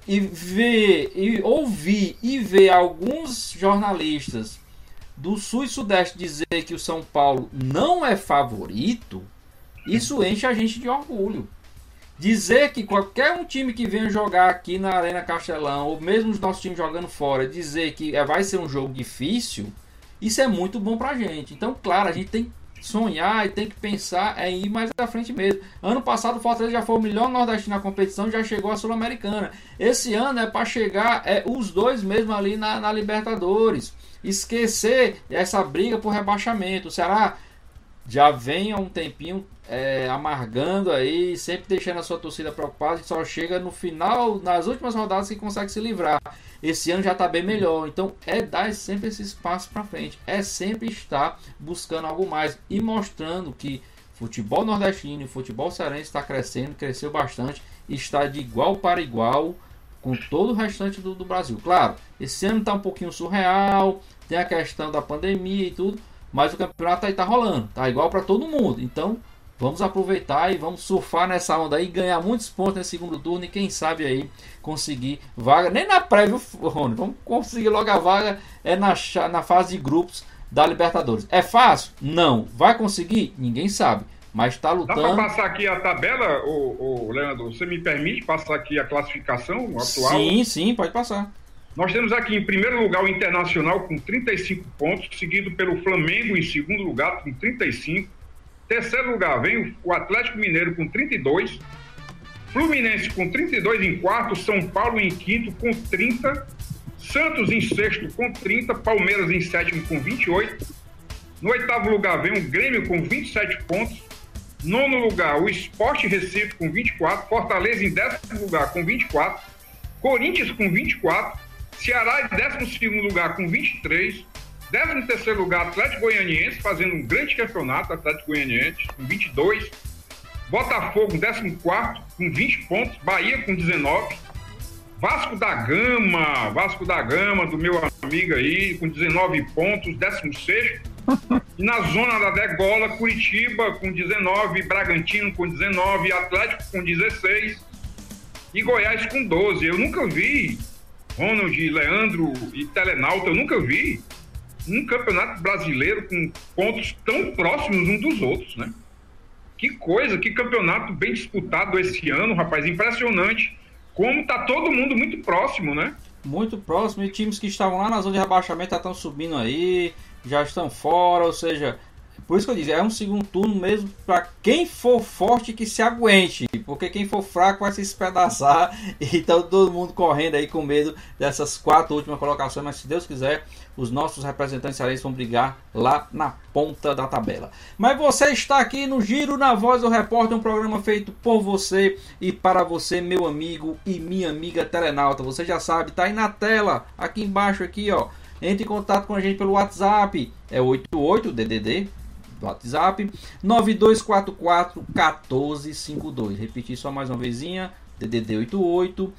e ouvir e ver alguns jornalistas do Sul e Sudeste dizer que o São Paulo não é favorito, isso enche a gente de orgulho. Dizer que qualquer um time que venha jogar aqui na Arena Castelão, ou mesmo os nossos times jogando fora, dizer que vai ser um jogo difícil, isso é muito bom pra gente. Então, claro, a gente tem que sonhar e tem que pensar em ir mais à frente mesmo. Ano passado o Fortaleza já foi o melhor nordestino na competição e já chegou à Sul-Americana. Esse ano é para chegar os dois mesmo ali na Libertadores. Esquecer essa briga por rebaixamento. O Ceará já vem há um tempinho amargando aí, sempre deixando a sua torcida preocupada, e só chega no final, nas últimas rodadas, que consegue se livrar. Esse ano já está bem melhor, então dar sempre esse espaço para frente, sempre estar buscando algo mais e mostrando que futebol nordestino e futebol cearense está crescendo, cresceu bastante, está de igual para igual com todo o restante do Brasil. Claro, esse ano está um pouquinho surreal, tem a questão da pandemia e tudo, mas o campeonato aí tá rolando, tá igual para todo mundo. Então vamos aproveitar e vamos surfar nessa onda aí, ganhar muitos pontos nesse segundo turno e quem sabe aí conseguir vaga, nem na prévia, Rony, vamos conseguir logo a vaga na fase de grupos da Libertadores. É fácil? Não. Vai conseguir? Ninguém sabe. Mas está lutando. Dá para passar aqui a tabela, Leandro? Você me permite passar aqui a classificação atual? Sim, pode passar. Nós temos aqui em primeiro lugar o Internacional com 35 pontos, seguido pelo Flamengo em segundo lugar com 35. Terceiro lugar vem o Atlético Mineiro com 32. Fluminense com 32 em quarto, São Paulo em quinto com 30. Santos em sexto com 30, Palmeiras em sétimo com 28. No oitavo lugar vem o Grêmio com 27 pontos. Nono lugar, o Sport Recife com 24. Fortaleza em 10º lugar com 24. Corinthians com 24. Ceará em 12º lugar com 23. 13º lugar, Atlético Goianiense, fazendo um grande campeonato, Atlético Goianiense, com 22. Botafogo em 14º, com 20 pontos. Bahia com 19. Vasco da Gama, do meu amigo aí, com 19 pontos, 16º. E na zona da degola, Curitiba com 19, Bragantino com 19, Atlético com 16 e Goiás com 12. Eu nunca vi, Ronald, Leandro e Telenauta, eu nunca vi um campeonato brasileiro com pontos tão próximos uns dos outros, né? Que coisa, que campeonato bem disputado esse ano, rapaz, impressionante. Como tá todo mundo muito próximo, né? Muito próximo, e times que estavam lá na zona de rebaixamento já estão subindo aí, já estão fora, ou seja, por isso que eu disse, é um segundo turno mesmo para quem for forte que se aguente, porque quem for fraco vai se espedaçar, e então todo mundo correndo aí com medo dessas 4 últimas colocações, mas se Deus quiser, os nossos representantes cearenses vão brigar lá na ponta da tabela. Mas você está aqui no Giro na Voz do Repórter, um programa feito por você e para você, meu amigo e minha amiga telenauta. Você já sabe, tá aí na tela, aqui embaixo aqui, ó. Entre em contato com a gente pelo WhatsApp, é 88-DDD, do WhatsApp, 9244-1452. Repetir só mais uma vezinha, DDD 88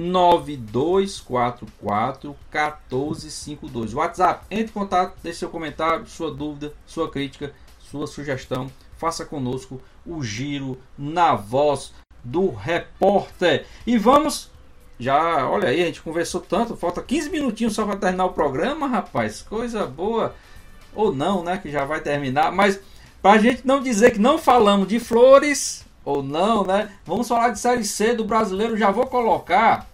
9244-1452. WhatsApp, entre em contato, deixe seu comentário, sua dúvida, sua crítica, sua sugestão. Faça conosco o Giro na Voz do Repórter. E vamos... Já, olha aí, a gente conversou tanto, falta 15 minutinhos só para terminar o programa, rapaz, coisa boa, ou não, né, que já vai terminar, mas para a gente não dizer que não falamos de Flores, ou não, né, vamos falar de Série C do Brasileiro. Já vou colocar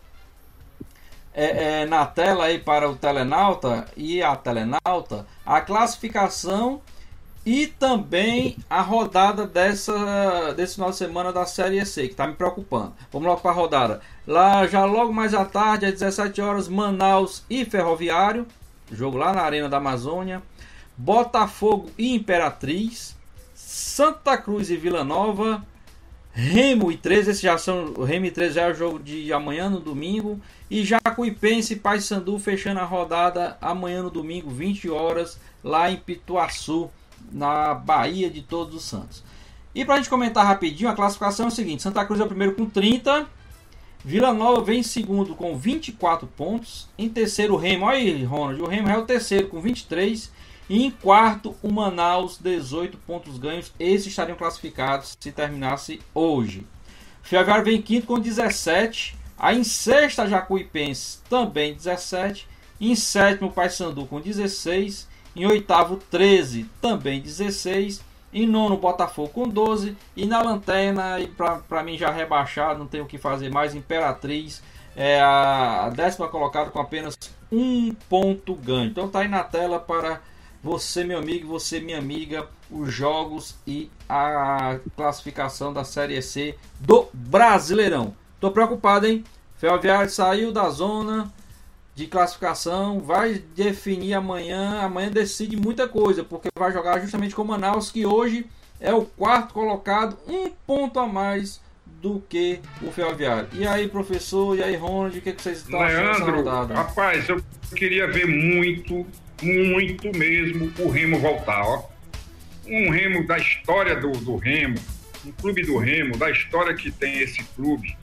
na tela aí para o telenauta e a telenauta a classificação e também a rodada desse final de semana da Série C, que está me preocupando. Vamos logo para a rodada. Lá, já logo mais à tarde, às 17 horas, Manaus e Ferroviário. Jogo lá na Arena da Amazônia. Botafogo e Imperatriz. Santa Cruz e Vila Nova. Remo e 13, esse já são, o Remo e 13 já é o jogo de amanhã no domingo. E Jacuipense e Paysandu fechando a rodada amanhã no domingo, 20 horas, lá em Pituaçu, na Bahia de Todos os Santos. E para a gente comentar rapidinho, a classificação é o seguinte: Santa Cruz é o primeiro com 30, Vila Nova vem em segundo com 24 pontos, em terceiro o Remo, olha aí, Ronald, o Remo é o terceiro com 23, e em quarto o Manaus, 18 pontos ganhos. Esses estariam classificados se terminasse hoje. Ferroviário vem em quinto com 17, aí em sexta Jacuipense também 17, em sétimo Paysandu com 16, em oitavo 13 também 16, em nono Botafogo com 12, e na lanterna, e para mim já rebaixado, não tem o que fazer mais, Imperatriz é a 10ª colocada com apenas 1 ponto ganho. Então tá aí na tela para você, meu amigo, você, minha amiga, os jogos e a classificação da Série C do Brasileirão. Tô preocupado, hein? Ferroviário saiu da zona de classificação, vai definir amanhã decide muita coisa, porque vai jogar justamente com o Manaus, que hoje é o 4º colocado, 1 ponto a mais do que o Ferroviário. E aí, professor, e aí, Ronald, o que vocês estão achando dessa rodada? Rapaz, eu queria ver muito mesmo o Remo voltar, ó. Um Remo da história do Remo, um clube do Remo, da história que tem esse clube.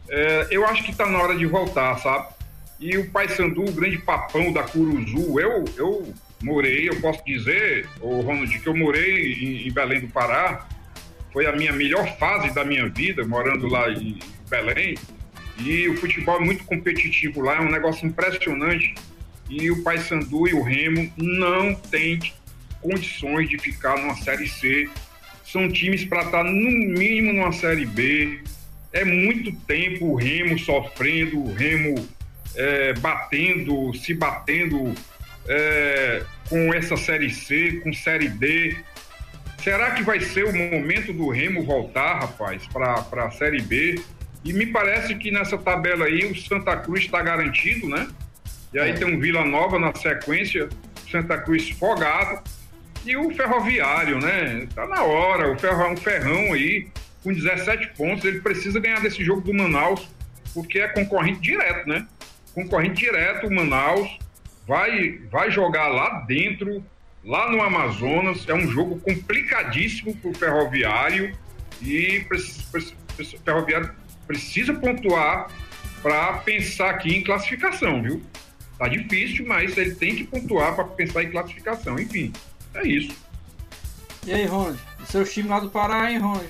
eu acho que está na hora de voltar, sabe? E o Paysandu, o grande papão da Curuzu, eu morei, eu posso dizer, Ronald, que eu morei em Belém do Pará, foi a minha melhor fase da minha vida, morando lá em Belém, e o futebol é muito competitivo lá, é um negócio impressionante, e o Paysandu e o Remo não têm condições de ficar numa Série C, são times para estar no mínimo numa Série B, é muito tempo o Remo sofrendo, o Remo se batendo com essa Série C, com Série D. Será que vai ser o momento do Remo voltar, rapaz, para a Série B? E me parece que nessa tabela aí o Santa Cruz está garantido, né? E aí tem um Vila Nova na sequência, Santa Cruz folgado, e o Ferroviário, né? Tá na hora, um ferrão aí, com 17 pontos, ele precisa ganhar desse jogo do Manaus, porque é concorrente direto, né? Concorrente direto, o Manaus vai jogar lá dentro, lá no Amazonas, é um jogo complicadíssimo para o Ferroviário, e o Ferroviário precisa pontuar para pensar aqui em classificação, viu? Tá difícil, mas ele tem que pontuar para pensar em classificação. Enfim, é isso. E aí, Ronald? O seu time lá do Pará, hein, Ronald?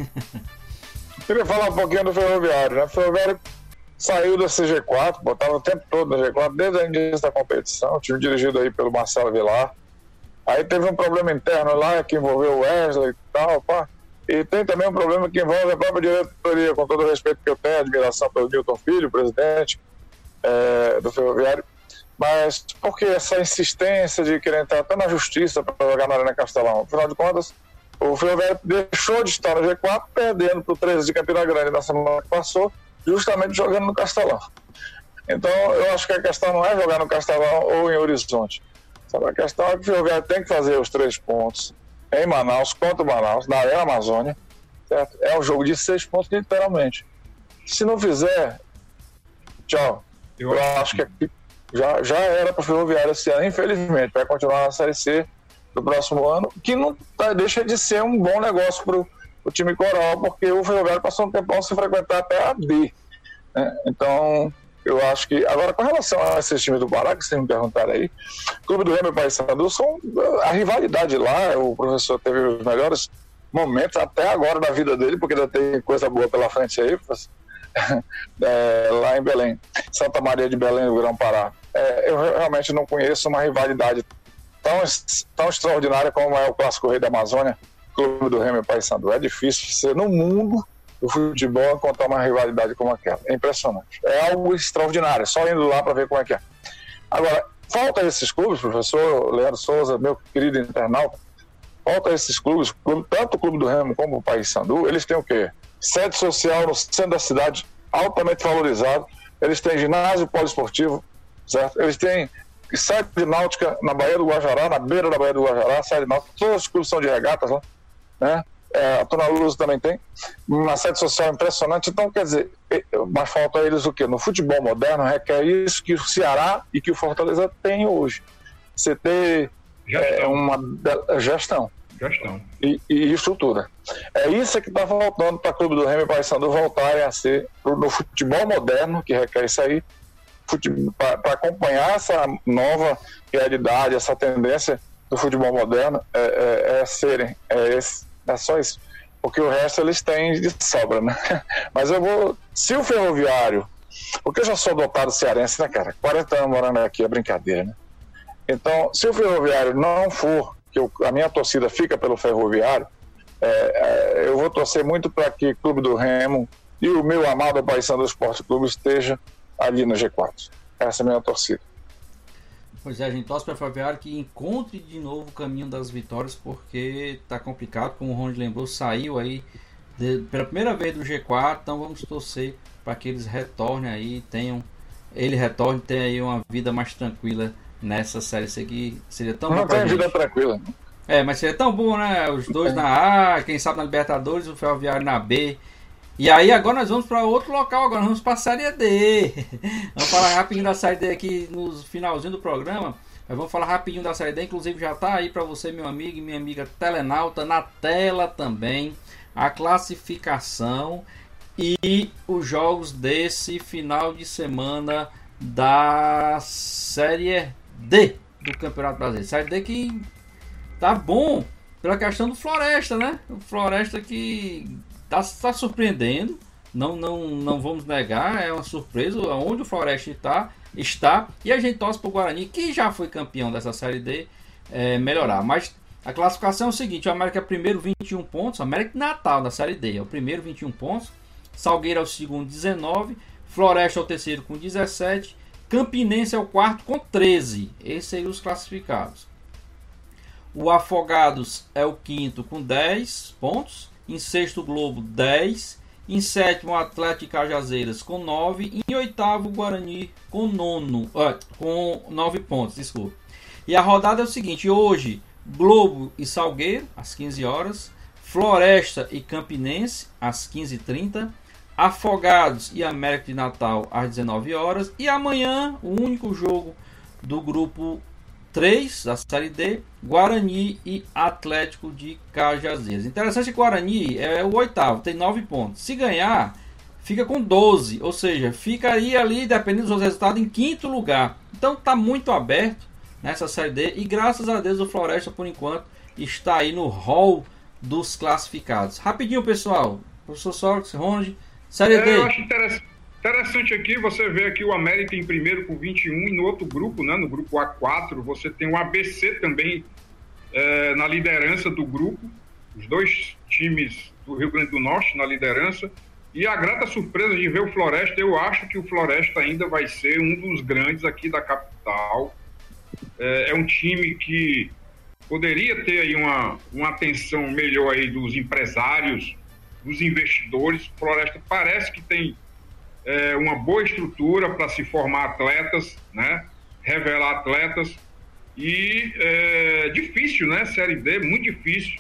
Queria falar um pouquinho do Ferroviário, né? O Ferroviário saiu da CG4, botava o tempo todo na G4, desde o início da competição, time dirigido aí pelo Marcelo Vilar. Aí teve um problema interno lá que envolveu o Wesley e tal, pá. E tem também um problema que envolve a própria diretoria, com todo o respeito que eu tenho, admiração pelo Nilton Filho, presidente do Ferroviário. Mas por que essa insistência de querer entrar até na justiça para jogar na Arena Castelão? Afinal de contas, o Ferroviário deixou de estar no G4, perdendo para o 13 de Campina Grande na semana que passou, justamente jogando no Castelão. Então, eu acho que a questão não é jogar no Castelão ou em Horizonte. Sabe? A questão é que o Ferroviário tem que fazer os 3 pontos em Manaus, contra o Manaus, na Arena Amazônia. Certo? É um jogo de 6 pontos, literalmente. Se não fizer, tchau. Eu acho que já era para o Ferroviário esse ano, infelizmente. Vai continuar na Série C do próximo ano, que não deixa de ser um bom negócio para o time coral, porque o Ferroviário passou um tempão sem frequentar até a B. Né? Então, eu acho que... Agora, com relação a esses times do Pará, que vocês me perguntaram aí, o Clube do Remo e Paysandu, a rivalidade lá, o professor teve os melhores momentos até agora da vida dele, porque ainda tem coisa boa pela frente aí, lá em Belém, Santa Maria de Belém, do Grão-Pará. Eu realmente não conheço uma rivalidade tão extraordinária como é o Clássico Rei da Amazônia, Clube do Remo e Paysandu. É difícil ser no mundo do futebol encontrar uma rivalidade como aquela. É impressionante. É algo extraordinário, só indo lá para ver como é que é. Agora, falta esses clubes, professor Leandro Souza, meu querido internauta, falta esses clubes, tanto o Clube do Remo como o Paysandu, eles têm o quê? Sede social no centro da cidade, altamente valorizado, eles têm ginásio poliesportivo, certo? Eles têm sede náutica na Baía do Guajará, na beira da Baía do Guajará, sede náutica, todos os clubes são de regatas lá, né? A Tona Luz também tem, uma sede social impressionante. Então, quer dizer, mas falta a eles o quê? No futebol moderno requer isso que o Ceará e que o Fortaleza tem hoje. Você ter uma gestão e estrutura. É isso que está faltando para o Clube do Remo e Paysandu voltarem a ser, no futebol moderno, que requer isso aí, para acompanhar essa nova realidade, essa tendência do futebol moderno, é só isso, porque o resto eles têm de sobra, né? Mas se o Ferroviário, porque eu já sou dotado cearense, né, cara? 40 anos morando aqui, é brincadeira, né? Então, se o Ferroviário não for, que a minha torcida fica pelo Ferroviário, eu vou torcer muito para que o Clube do Remo e o meu amado Paysandu Esporte Clube esteja ali no G4. Essa é a minha torcida. Pois é, a gente torce para o Ferroviário que encontre de novo o caminho das vitórias, porque tá complicado, como o Ronald lembrou, saiu aí pela primeira vez do G4, então vamos torcer para que eles retornem aí, tenham aí uma vida mais tranquila nessa série C, que seria tão bom. Não tem vida tranquila. Mas seria tão bom, né? Os dois na A, quem sabe na Libertadores, o Ferroviário na B. E aí agora nós vamos para outro local, agora vamos para a Série D. Vamos falar rapidinho da Série D aqui no finalzinho do programa. Mas vamos falar rapidinho da Série D, inclusive já está aí para você, meu amigo e minha amiga telenauta, na tela também, a classificação e os jogos desse final de semana da Série D do Campeonato Brasileiro. Série D que tá bom pela questão do Floresta, né? O Floresta que tá surpreendendo, não vamos negar, é uma surpresa onde o Floresta está, e a gente torce pro Guarani, que já foi campeão dessa Série D, melhorar. Mas a classificação é o seguinte: o América é o primeiro, 21 pontos, o América Natal da Série D é o primeiro, 21 pontos, Salgueiro é o segundo, 19, Floresta é o terceiro com 17, Campinense é o quarto com 13, esses aí os classificados. O Afogados é o quinto com 10 pontos, em sexto o Globo 10, em sétimo o Atlético Cajazeiras com 9, e em oitavo o Guarani com 9 pontos, desculpa. E a rodada é o seguinte: hoje Globo e Salgueiro às 15 horas, Floresta e Campinense às 15h30, Afogados e América de Natal às 19 horas, e amanhã o único jogo do grupo 3 da Série D, Guarani e Atlético de Cajazeiras. Interessante que o Guarani é o oitavo, tem 9 pontos. Se ganhar, fica com 12, ou seja, ficaria ali, dependendo dos resultados, em quinto lugar. Então está muito aberto nessa Série D, e graças a Deus o Floresta, por enquanto, está aí no hall dos classificados. Rapidinho, pessoal, professor Sócrates, Ronald, Série D. Eu acho interessante aqui, você vê aqui o América em primeiro com 21, e no outro grupo, né, no grupo A4, você tem o ABC também na liderança do grupo, os dois times do Rio Grande do Norte na liderança, e a grata surpresa de ver o Floresta. Eu acho que o Floresta ainda vai ser um dos grandes aqui da capital. É um time que poderia ter aí uma atenção melhor aí dos empresários, dos investidores. O Floresta parece que tem uma boa estrutura para se formar atletas, né? Revelar atletas, e difícil, né? Série D, muito difícil.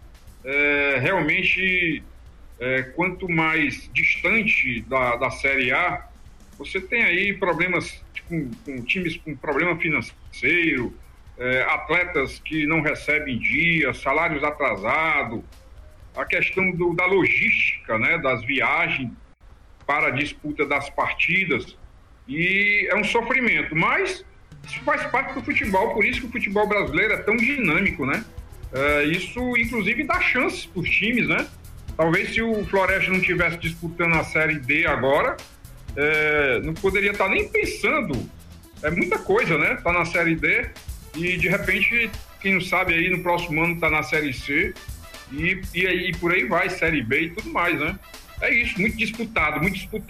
Realmente, quanto mais distante da Série A, você tem aí problemas com times com problema financeiro, atletas que não recebem em dia, salários atrasados, a questão da logística, né, das viagens para a disputa das partidas, e é um sofrimento, mas isso faz parte do futebol, por isso que o futebol brasileiro é tão dinâmico, né? Isso, inclusive, dá chances para os times, né? Talvez se o Floresta não estivesse disputando a Série D agora, não poderia estar nem pensando, é muita coisa, né? Tá na Série D e, de repente, quem não sabe aí, no próximo ano tá na Série C, e aí por aí vai, Série B e tudo mais, né? É isso, muito disputado,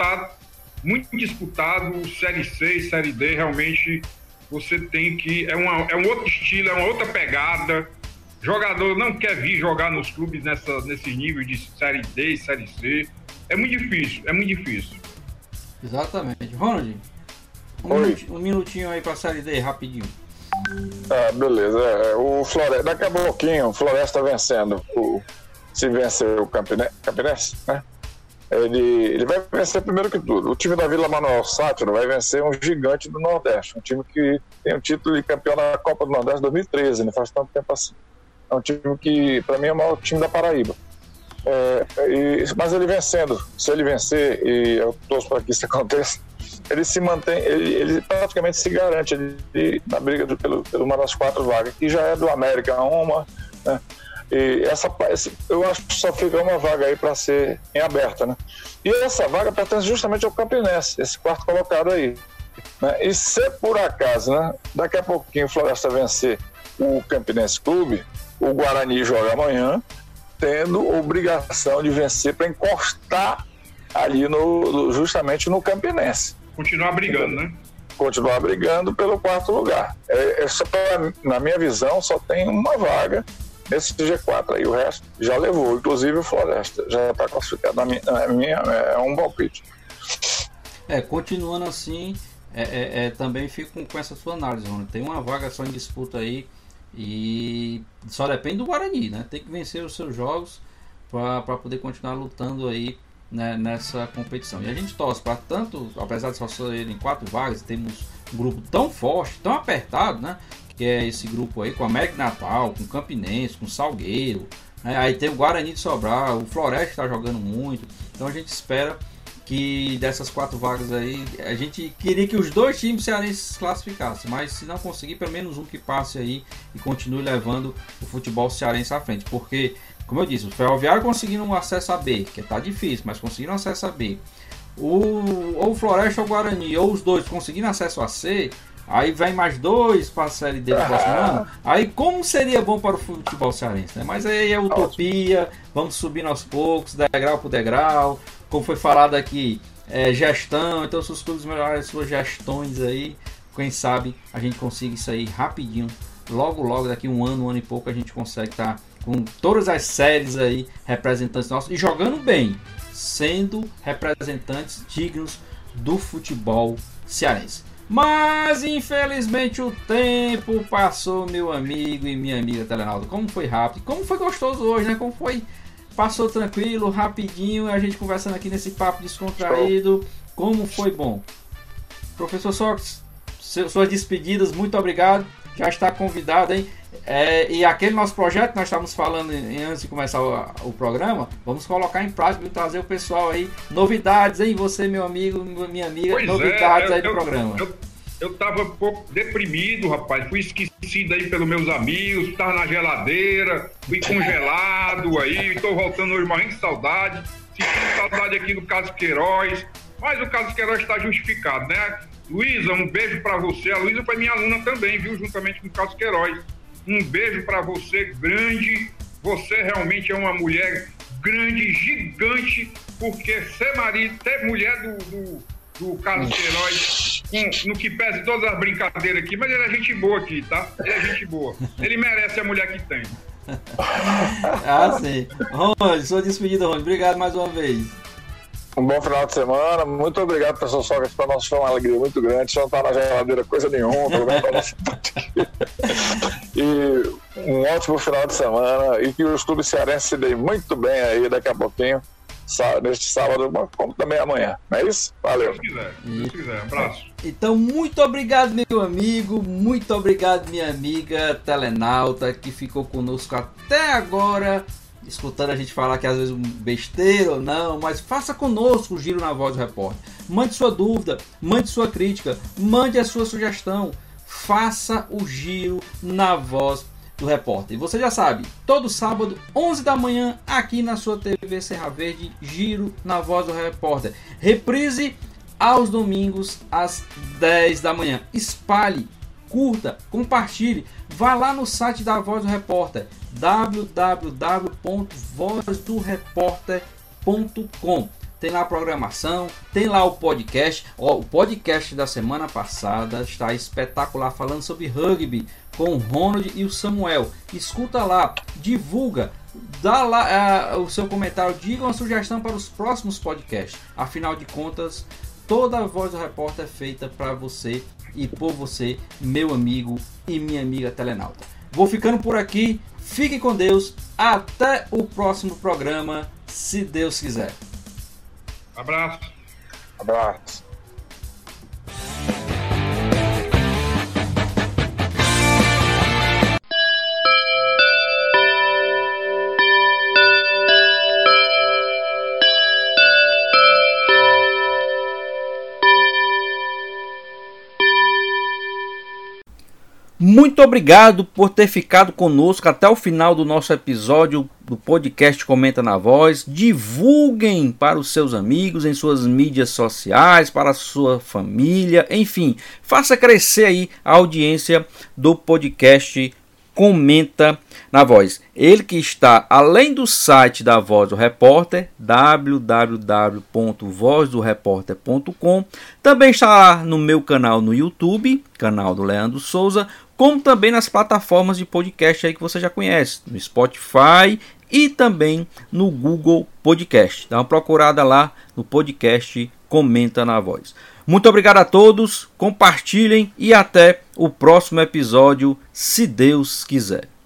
Série C e Série D, realmente você tem que, é um outro estilo, é uma outra pegada. Jogador não quer vir jogar nos clubes nesse nível de Série D e Série C, é muito difícil. Exatamente. Ronald, um minutinho aí pra Série D, rapidinho. Beleza. O Floresta, daqui a pouquinho, o Floresta vencendo. Se vencer o Campinense, né? Ele vai vencer primeiro que tudo. O time da Vila Manuel Sátiro vai vencer um gigante do Nordeste, um time que tem o título de campeão da Copa do Nordeste 2013, não faz tanto tempo assim. É um time que, para mim, é o maior time da Paraíba. Mas ele vencendo, se ele vencer, e eu torço para que isso aconteça, ele se mantém, ele praticamente se garante na briga pelo uma das 4 vagas, que já é do América uma, né? E eu acho que só fica uma vaga aí para ser em aberta, né? E essa vaga pertence justamente ao Campinense, esse quarto colocado aí, né? E se por acaso, né, daqui a pouquinho o Floresta vencer o Campinense Clube, o Guarani joga amanhã, tendo obrigação de vencer para encostar ali justamente no Campinense. Continuar brigando, né? Continuar brigando pelo 4º lugar. Na minha visão, só tem uma vaga nesse G4 aí, o resto já levou, inclusive o Floresta já está classificado. É um palpite. Continuando assim, também fico com essa sua análise, Rony. Tem uma vaga só em disputa aí e só depende do Guarani, né? Tem que vencer os seus jogos para poder continuar lutando aí, né, nessa competição. E a gente torce para tanto, apesar de só serem 4 vagas, temos um grupo tão forte, tão apertado, né? Que é esse grupo aí com América Natal, com Campinense, com Salgueiro, Aí tem o Guarani de Sobral, o Floresta está jogando muito. Então a gente espera que dessas 4 vagas aí, a gente queria que os 2 times cearenses classificassem, mas se não conseguir, pelo menos um que passe aí e continue levando o futebol cearense à frente, porque, como eu disse, o Ferroviário conseguindo um acesso a B, que tá difícil, mas conseguindo um acesso a B, ou o Floresta ou o Guarani, ou os 2 conseguindo acesso a C, aí vem mais 2 para a Série D do próximo ano, aí como seria bom para o futebol cearense, né? Mas aí é utopia, vamos subindo aos poucos, degrau por degrau, como foi falado aqui, gestão, então se os clubes melhorarem suas gestões aí, quem sabe a gente consiga isso aí rapidinho, logo daqui um ano e pouco a gente consegue estar com todas as séries aí, representantes nossos, e jogando bem, sendo representantes dignos do futebol cearense. Mas infelizmente o tempo passou, meu amigo e minha amiga Telenaldo. Como foi rápido, como foi gostoso hoje, né? Como foi, passou tranquilo, rapidinho, a gente conversando aqui nesse papo descontraído. Como foi bom. Professor Sócrates, suas despedidas, muito obrigado. Já está convidado, hein? E aquele nosso projeto que nós estávamos falando antes de começar o programa, vamos colocar em prática e trazer o pessoal aí. Novidades, hein? Você, meu amigo, minha amiga, pois novidades aí do programa. Eu estava um pouco deprimido, rapaz. Fui esquecido aí pelos meus amigos, estava na geladeira, fui congelado aí, estou voltando hoje morrendo de saudade. Sentindo saudade aqui do Carlos Queiroz, mas o Carlos Queiroz está justificado, né? Luísa, um beijo para você. A Luísa foi minha aluna também, viu? Juntamente com o Carlos Queiroz. Um beijo para você, grande. Você realmente é uma mulher grande, gigante, porque ser marido, ser mulher do Carlos Queiroz, no que pese todas as brincadeiras aqui, mas ele é gente boa aqui, tá? Ele é gente boa. Ele merece a mulher que tem. Sim. Rony, sua despedida, Rony. Obrigado mais uma vez. Um bom final de semana. Muito obrigado, professor Sócrates. Para nós foi uma alegria muito grande. Só não tá na geladeira coisa nenhuma. E um ótimo final de semana. E que os clubes cearenses se deem muito bem aí daqui a pouquinho, neste sábado, como também amanhã. Não é isso? Valeu. Se Deus quiser. Abraço. Então, muito obrigado, meu amigo. Muito obrigado, minha amiga telenauta, que ficou conosco até agora, escutando a gente falar que às vezes besteira ou não, mas faça conosco o Giro na Voz do Repórter. Mande sua dúvida, mande sua crítica, mande a sua sugestão. Faça o Giro na Voz do Repórter. E você já sabe, todo sábado, 11 da manhã, aqui na sua TV Serra Verde, Giro na Voz do Repórter. Reprise aos domingos, às 10 da manhã. Espalhe, curta, compartilhe. Vá lá no site da Voz do Repórter, www.vozdoreporter.com. Tem lá a programação, tem lá o podcast. O podcast da semana passada está espetacular, falando sobre rugby com o Ronald e o Samuel. Escuta lá, divulga, dá lá o seu comentário, diga uma sugestão para os próximos podcasts. Afinal de contas, toda a Voz do Repórter é feita para você e por você, meu amigo e minha amiga telenauta. Vou ficando por aqui, fique com Deus, até o próximo programa, se Deus quiser. Abraço. Abraço. Muito obrigado por ter ficado conosco até o final do nosso episódio do podcast Comenta na Voz. Divulguem para os seus amigos em suas mídias sociais, para a sua família, enfim, faça crescer aí a audiência do podcast Comenta na Voz. Ele que está além do site da Voz do Repórter, www.vozdoreporter.com, também está lá no meu canal no YouTube, canal do Leandro Souza, como também nas plataformas de podcast aí que você já conhece, no Spotify e também no Google Podcast. Dá uma procurada lá no podcast Comenta na Voz. Muito obrigado a todos, compartilhem e até o próximo episódio, se Deus quiser.